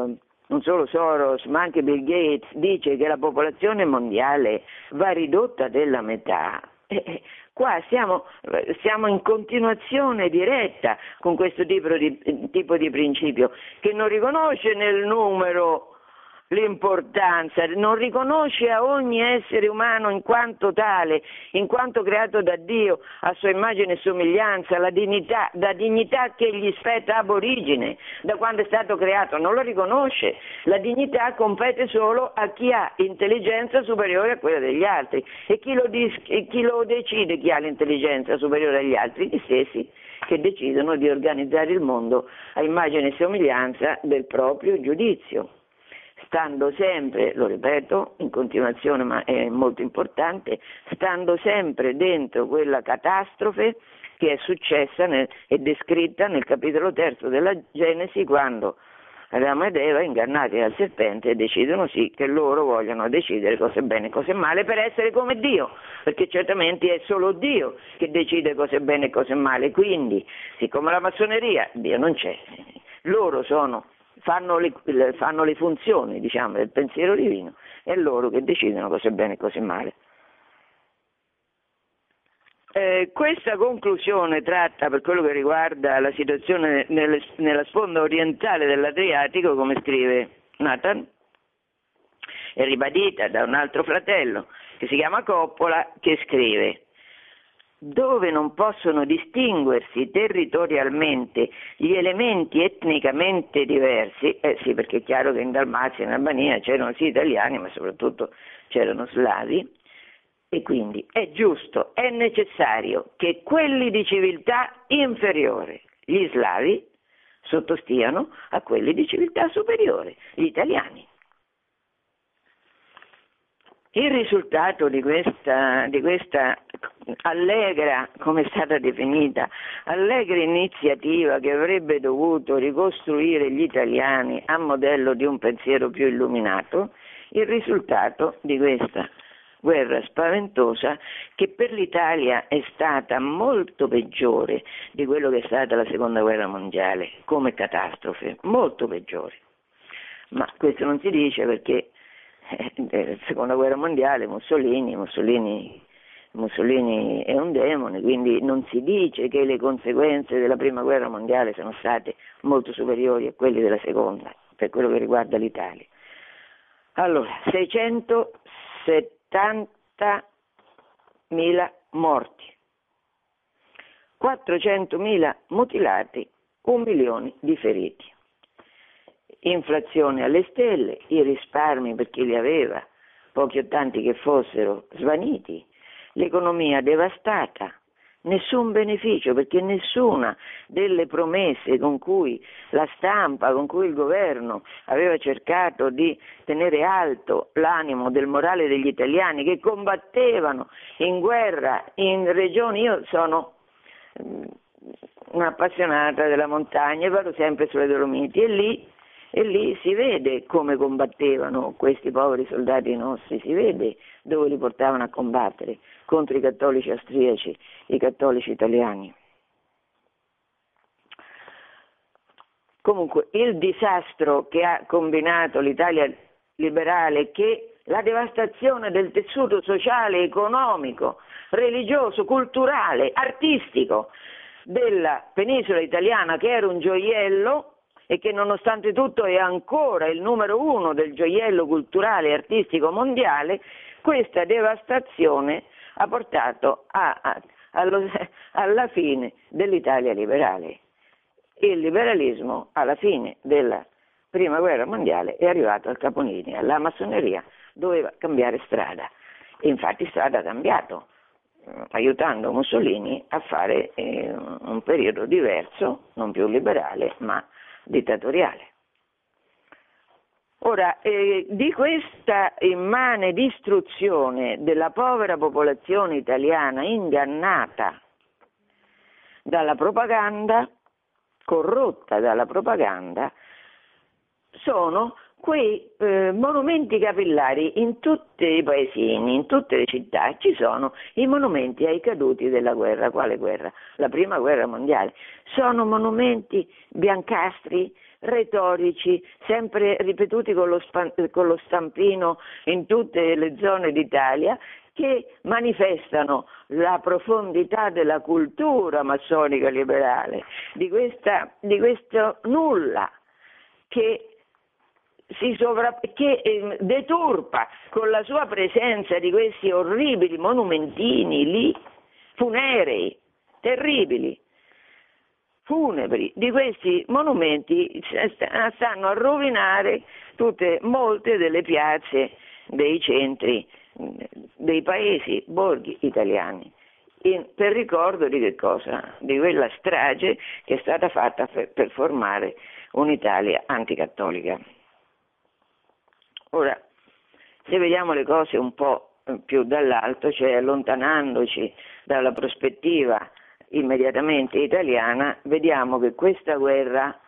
non solo Soros, ma anche Bill Gates, dice che la popolazione mondiale va ridotta della metà. Eh, qua siamo, siamo in continuazione diretta con questo tipo di, tipo di principio, che non riconosce nel numero l'importanza, non riconosce a ogni essere umano in quanto tale, in quanto creato da Dio a sua immagine e somiglianza, la dignità, la dignità che gli spetta ab origine, da quando è stato creato, non lo riconosce. La dignità compete solo a chi ha intelligenza superiore a quella degli altri. E chi lo, dis- e chi lo decide chi ha l'intelligenza superiore agli altri? Gli stessi che decidono di organizzare il mondo a immagine e somiglianza del proprio giudizio, stando sempre, lo ripeto in continuazione ma è molto importante, stando sempre dentro quella catastrofe che è successa nel, e descritta nel capitolo terzo della Genesi, quando Adamo ed Eva, ingannati dal serpente, decidono sì che loro vogliono decidere cosa è bene e cosa è male per essere come Dio, perché certamente è solo Dio che decide cosa è bene e cosa è male. Quindi, siccome la massoneria, Dio non c'è, loro sono Fanno le, fanno le funzioni, diciamo, del pensiero divino, è loro che decidono cosa è bene e cosa è male. Eh, questa conclusione tratta, per quello che riguarda la situazione nelle, nella sponda orientale dell'Adriatico, come scrive Nathan, è ribadita da un altro fratello che si chiama Coppola, che scrive: dove non possono distinguersi territorialmente gli elementi etnicamente diversi, eh sì, perché è chiaro che in Dalmazia e in Albania c'erano sì italiani, ma soprattutto c'erano slavi, e quindi è giusto, è necessario che quelli di civiltà inferiore, gli slavi, sottostiano a quelli di civiltà superiore, gli italiani. Il risultato di questa, di questa allegra, come è stata definita, allegra iniziativa che avrebbe dovuto ricostruire gli italiani a modello di un pensiero più illuminato, il risultato di questa guerra spaventosa, che per l'Italia è stata molto peggiore di quello che è stata la seconda guerra mondiale come catastrofe, molto peggiore. Ma questo non si dice perché eh, seconda guerra mondiale Mussolini, Mussolini, Mussolini è un demone, quindi non si dice che le conseguenze della prima guerra mondiale sono state molto superiori a quelle della seconda, per quello che riguarda l'Italia. Allora, seicentosettantamila morti, quattrocentomila mutilati, un milione di feriti. Inflazione alle stelle, i risparmi per chi li aveva, pochi o tanti che fossero, svaniti, l'economia devastata, nessun beneficio, perché nessuna delle promesse con cui la stampa, con cui il governo aveva cercato di tenere alto l'animo del morale degli italiani che combattevano in guerra in regioni. Io sono un'appassionata della montagna e vado sempre sulle Dolomiti e lì E lì si vede come combattevano questi poveri soldati nostri, si vede dove li portavano a combattere contro i cattolici austriaci, i cattolici italiani. Comunque il disastro che ha combinato l'Italia liberale, che la devastazione del tessuto sociale, economico, religioso, culturale, artistico della penisola italiana, che era un gioiello, e che nonostante tutto è ancora il numero uno del gioiello culturale e artistico mondiale, questa devastazione ha portato a, a, allo, alla fine dell'Italia liberale. Il liberalismo alla fine della prima guerra mondiale è arrivato al capolinea, la massoneria doveva cambiare strada e infatti strada ha cambiato, aiutando Mussolini a fare eh, un periodo diverso, non più liberale ma dittatoriale. Ora, eh, di questa immane distruzione della povera popolazione italiana ingannata dalla propaganda, corrotta dalla propaganda, sono quei eh, monumenti capillari in tutti i paesini, in tutte le città, ci sono i monumenti ai caduti della guerra. Quale guerra? La prima guerra mondiale. Sono monumenti biancastri, retorici, sempre ripetuti con lo, span- con lo stampino in tutte le zone d'Italia, che manifestano la profondità della cultura massonica liberale, di, questa, di questo nulla che si sovra- che eh, deturpa con la sua presenza di questi orribili monumentini lì, funerei, terribili, funebri, di questi monumenti stanno a rovinare tutte, molte delle piazze dei centri dei paesi, borghi italiani, in, per ricordo di che cosa? Di quella strage che è stata fatta per, per formare un'Italia anticattolica. Ora, se vediamo le cose un po' più dall'alto, cioè allontanandoci dalla prospettiva immediatamente italiana, vediamo che questa guerra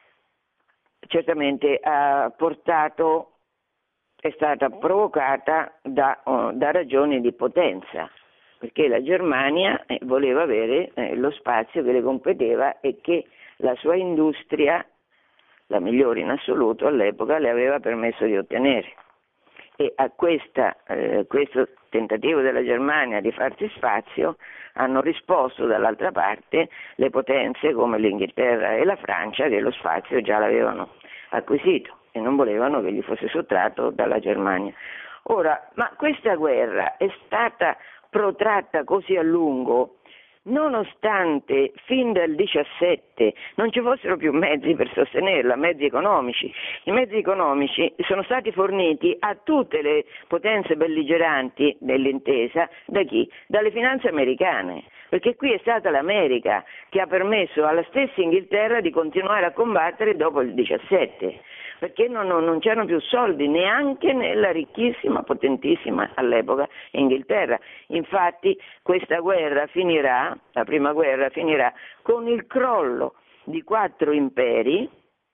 certamente ha portato, è stata provocata da, oh, da ragioni di potenza, perché la Germania eh, voleva avere eh, lo spazio che le competeva e che la sua industria, la migliore in assoluto all'epoca, le aveva permesso di ottenere. E a questa, eh, questo tentativo della Germania di farsi spazio hanno risposto dall'altra parte le potenze come l'Inghilterra e la Francia, che lo spazio già l'avevano acquisito e non volevano che gli fosse sottratto dalla Germania. Ora, ma questa guerra è stata protratta così a lungo nonostante fin dal diciassette non ci fossero più mezzi per sostenerla, mezzi economici. I mezzi economici sono stati forniti a tutte le potenze belligeranti dell'intesa da chi? Dalle finanze americane, perché qui è stata l'America che ha permesso alla stessa Inghilterra di continuare a combattere dopo il diciassette, perché non, non, non c'erano più soldi neanche nella ricchissima, potentissima all'epoca Inghilterra. Infatti questa guerra finirà, la prima guerra finirà con il crollo di quattro imperi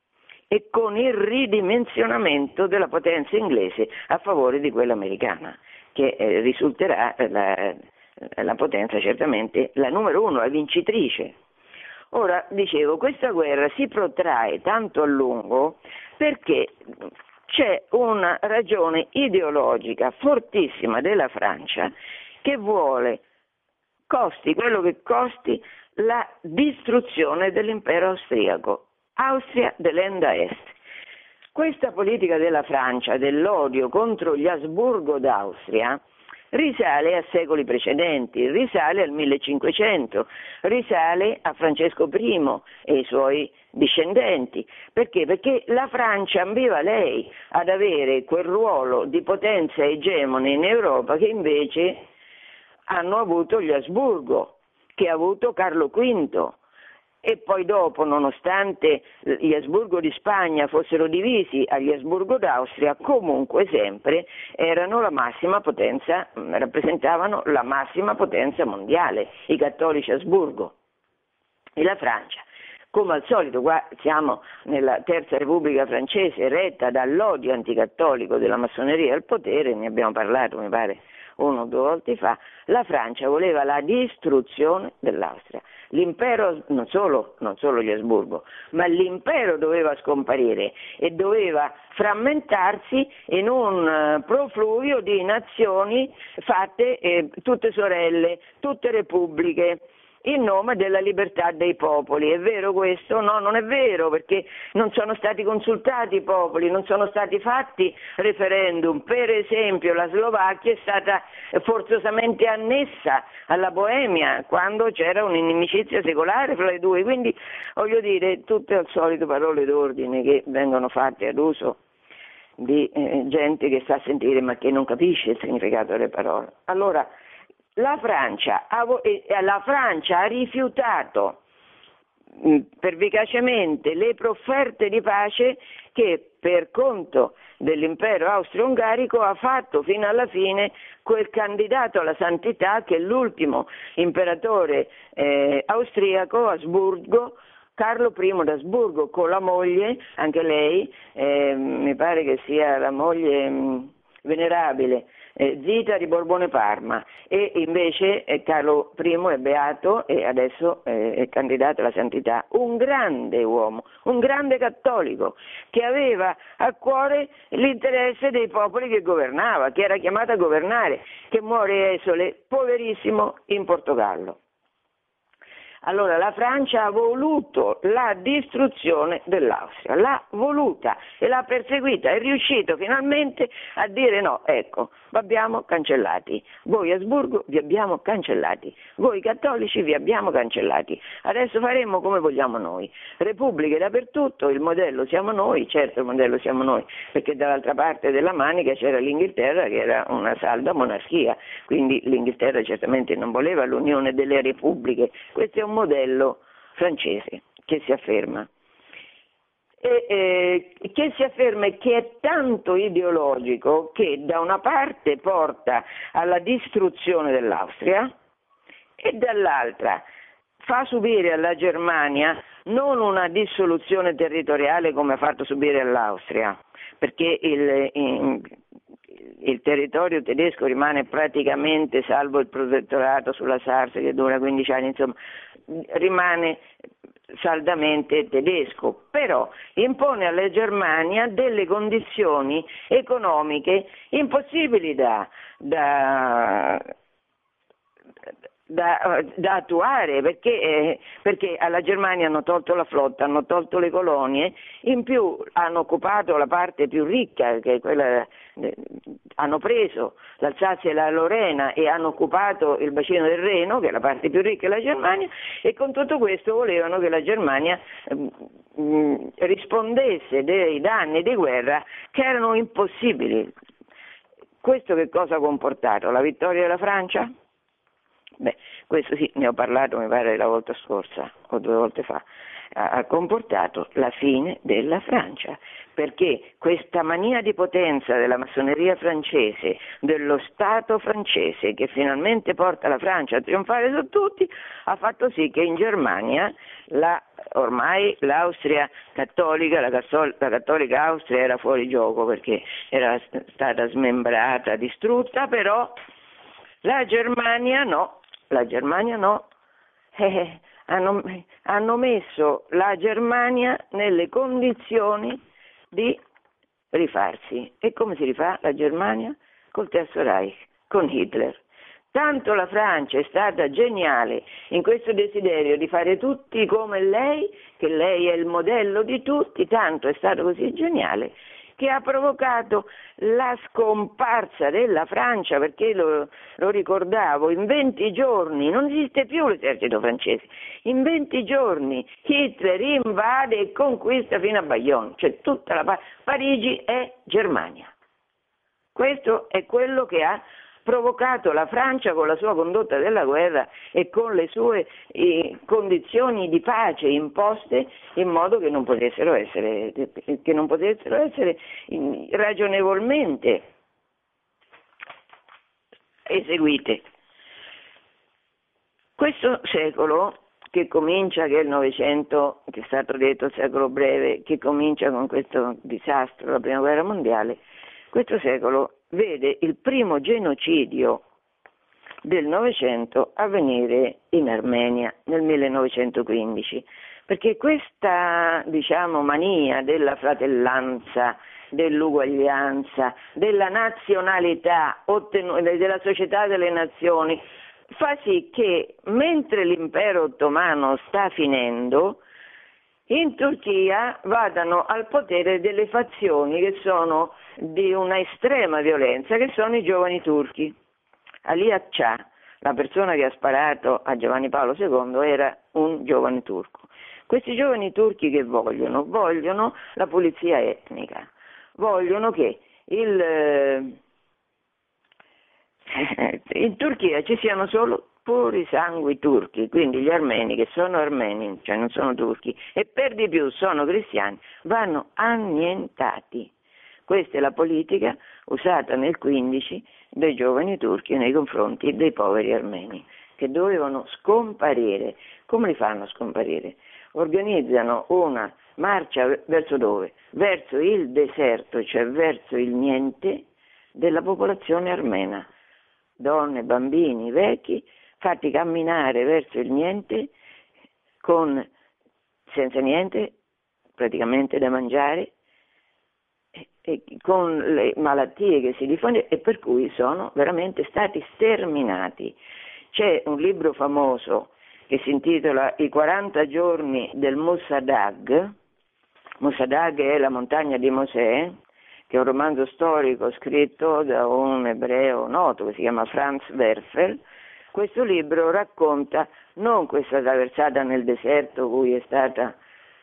e con il ridimensionamento della potenza inglese a favore di quella americana, che eh, risulterà la, la potenza certamente la numero uno, la vincitrice. Ora, dicevo, questa guerra si protrae tanto a lungo perché c'è una ragione ideologica fortissima della Francia che vuole, costi quello che costi, la distruzione dell'impero austriaco, Austria dell'Ende a Est. Questa politica della Francia, dell'odio contro gli Asburgo d'Austria, risale a secoli precedenti, risale al millecinquecento, risale a Francesco primo e i suoi discendenti. Perché? Perché la Francia ambiva lei ad avere quel ruolo di potenza egemone in Europa che invece hanno avuto gli Asburgo, che ha avuto Carlo quinto. E poi dopo, nonostante gli Asburgo di Spagna fossero divisi agli Asburgo d'Austria, comunque sempre erano la massima potenza, rappresentavano la massima potenza mondiale, i cattolici Asburgo. E la Francia, come al solito, qua siamo nella Terza Repubblica francese, retta dall'odio anticattolico della massoneria al potere, ne abbiamo parlato mi pare uno o due volte fa, la Francia voleva la distruzione dell'Austria. L'impero, non solo, non solo gli Asburgo, ma l'impero doveva scomparire e doveva frammentarsi in un profluvio di nazioni fatte eh, tutte sorelle, tutte repubbliche, in nome della libertà dei popoli. È vero questo? No, non è vero, perché non sono stati consultati i popoli, non sono stati fatti referendum. Per esempio la Slovacchia è stata forzosamente annessa alla Boemia quando c'era un'inimicizia secolare fra le due, quindi voglio dire tutte al solito parole d'ordine che vengono fatte ad uso di eh, gente che sa sentire ma che non capisce il significato delle parole. Allora, La Francia, ha, la Francia ha rifiutato mh, pervicacemente le profferte di pace che per conto dell'impero austro-ungarico ha fatto fino alla fine quel candidato alla santità che l'ultimo imperatore eh, austriaco, Asburgo, Carlo primo d'Asburgo con la moglie, anche lei, eh, mi pare che sia la moglie mh, venerabile, eh, Zita di Borbone Parma, e invece eh, Carlo primo è beato e adesso eh, è candidato alla santità, un grande uomo, un grande cattolico che aveva a cuore l'interesse dei popoli che governava, che era chiamato a governare, che muore esule, poverissimo, in Portogallo. Allora la Francia ha voluto la distruzione dell'Austria, l'ha voluta e l'ha perseguita, è riuscito finalmente a dire no, ecco, vi abbiamo cancellati, voi Asburgo vi abbiamo cancellati, voi cattolici vi abbiamo cancellati, adesso faremo come vogliamo noi, repubbliche dappertutto, il modello siamo noi, certo il modello siamo noi, perché dall'altra parte della manica c'era l'Inghilterra che era una salda monarchia, quindi l'Inghilterra certamente non voleva l'unione delle repubbliche, questo è un modello francese che si afferma e eh, che si afferma e che è tanto ideologico che da una parte porta alla distruzione dell'Austria e dall'altra fa subire alla Germania non una dissoluzione territoriale come ha fatto subire all'Austria, perché il, il, il territorio tedesco rimane praticamente, salvo il protettorato sulla Sarsa che dura quindici anni, insomma, rimane saldamente tedesco, però impone alla Germania delle condizioni economiche impossibili da, da Da, da attuare perché, eh, perché alla Germania hanno tolto la flotta, hanno tolto le colonie, in più hanno occupato la parte più ricca, che è quella, eh, hanno preso l'Alsazia e la Lorena e hanno occupato il bacino del Reno, che è la parte più ricca della Germania, e con tutto questo volevano che la Germania eh, mh, rispondesse dei danni di guerra che erano impossibili. Questo che cosa ha comportato? La vittoria della Francia? Beh, questo sì, ne ho parlato mi pare la volta scorsa o due volte fa, ha comportato la fine della Francia, perché questa mania di potenza della massoneria francese, dello Stato francese che finalmente porta la Francia a trionfare su tutti, ha fatto sì che in Germania la, ormai l'Austria cattolica, la, cattol- la cattolica Austria era fuori gioco perché era stata smembrata, distrutta, però la Germania no. La Germania no, eh, hanno, hanno messo la Germania nelle condizioni di rifarsi. E come si rifà la Germania? Col Terzo Reich, con Hitler. Tanto la Francia è stata geniale in questo desiderio di fare tutti come lei, che lei è il modello di tutti, tanto è stato così geniale che ha provocato la scomparsa della Francia, perché lo, lo ricordavo, in venti giorni, non esiste più l'esercito francese, in venti giorni Hitler invade e conquista fino a Bayonne, cioè tutta la Parigi è Germania. Questo è quello che ha provocato la Francia con la sua condotta della guerra e con le sue eh, condizioni di pace imposte in modo che non potessero essere, che non potessero essere ragionevolmente eseguite. Questo secolo che comincia, che è il Novecento, che è stato detto il secolo breve, che comincia con questo disastro, la prima guerra mondiale, questo secolo vede il primo genocidio del Novecento avvenire in Armenia nel millenovecentoquindici, perché questa, diciamo, mania della fratellanza, dell'uguaglianza, della nazionalità, ottenu- della società delle nazioni, fa sì che mentre l'impero ottomano sta finendo, in Turchia vadano al potere delle fazioni che sono di una estrema violenza, che sono i giovani turchi. Ali Akçaa, la persona che ha sparato a Giovanni Paolo secondo, era un giovane turco. Questi giovani turchi che vogliono? Vogliono la pulizia etnica, vogliono che il, eh, in Turchia ci siano solo puri sangui turchi, quindi gli armeni che sono armeni, cioè non sono turchi, e per di più sono cristiani, vanno annientati. Questa è la politica usata nel quindici dai giovani turchi nei confronti dei poveri armeni, che dovevano scomparire. Come li fanno a scomparire? organizzano una marcia verso dove? Verso il deserto, cioè verso il niente della popolazione armena. Donne, bambini, vecchi, fatti camminare verso il niente con, senza niente praticamente da mangiare, e, e con le malattie che si diffondono, e per cui sono veramente stati sterminati. C'è un libro famoso che si intitola I quaranta giorni del Musadag. Musadag è la montagna di Mosè, che è un romanzo storico scritto da un ebreo noto che si chiama Franz Werfel. Questo libro racconta non questa traversata nel deserto cui è stata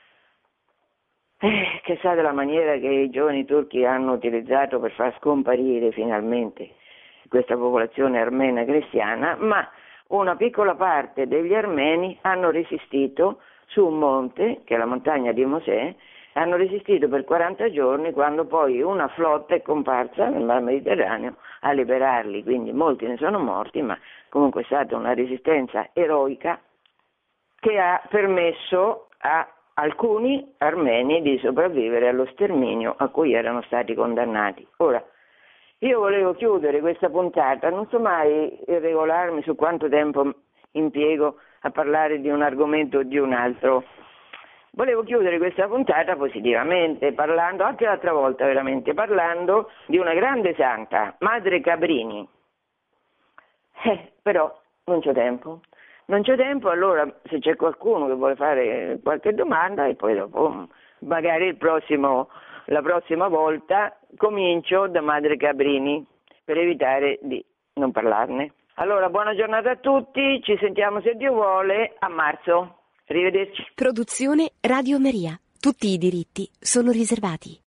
eh, che è stata la maniera che i giovani turchi hanno utilizzato per far scomparire finalmente questa popolazione armena cristiana, ma una piccola parte degli armeni hanno resistito su un monte, che è la montagna di Mosè, hanno resistito per quaranta giorni, quando poi una flotta è comparsa nel Mar Mediterraneo a liberarli, quindi molti ne sono morti, ma comunque è stata una resistenza eroica che ha permesso a alcuni armeni di sopravvivere allo sterminio a cui erano stati condannati. Ora, io volevo chiudere questa puntata, non so mai regolarmi su quanto tempo impiego a parlare di un argomento o di un altro. Volevo chiudere questa puntata positivamente, parlando, anche l'altra volta veramente, parlando di una grande santa, Madre Cabrini. Eh, però non c'è tempo. Non c'è tempo, allora se c'è qualcuno che vuole fare qualche domanda, e poi dopo magari il prossimo, la prossima volta comincio da Madre Cabrini per evitare di non parlarne. Allora, buona giornata a tutti, ci sentiamo se Dio vuole a marzo. Arrivederci. Produzione Radio Maria. Tutti i diritti sono riservati.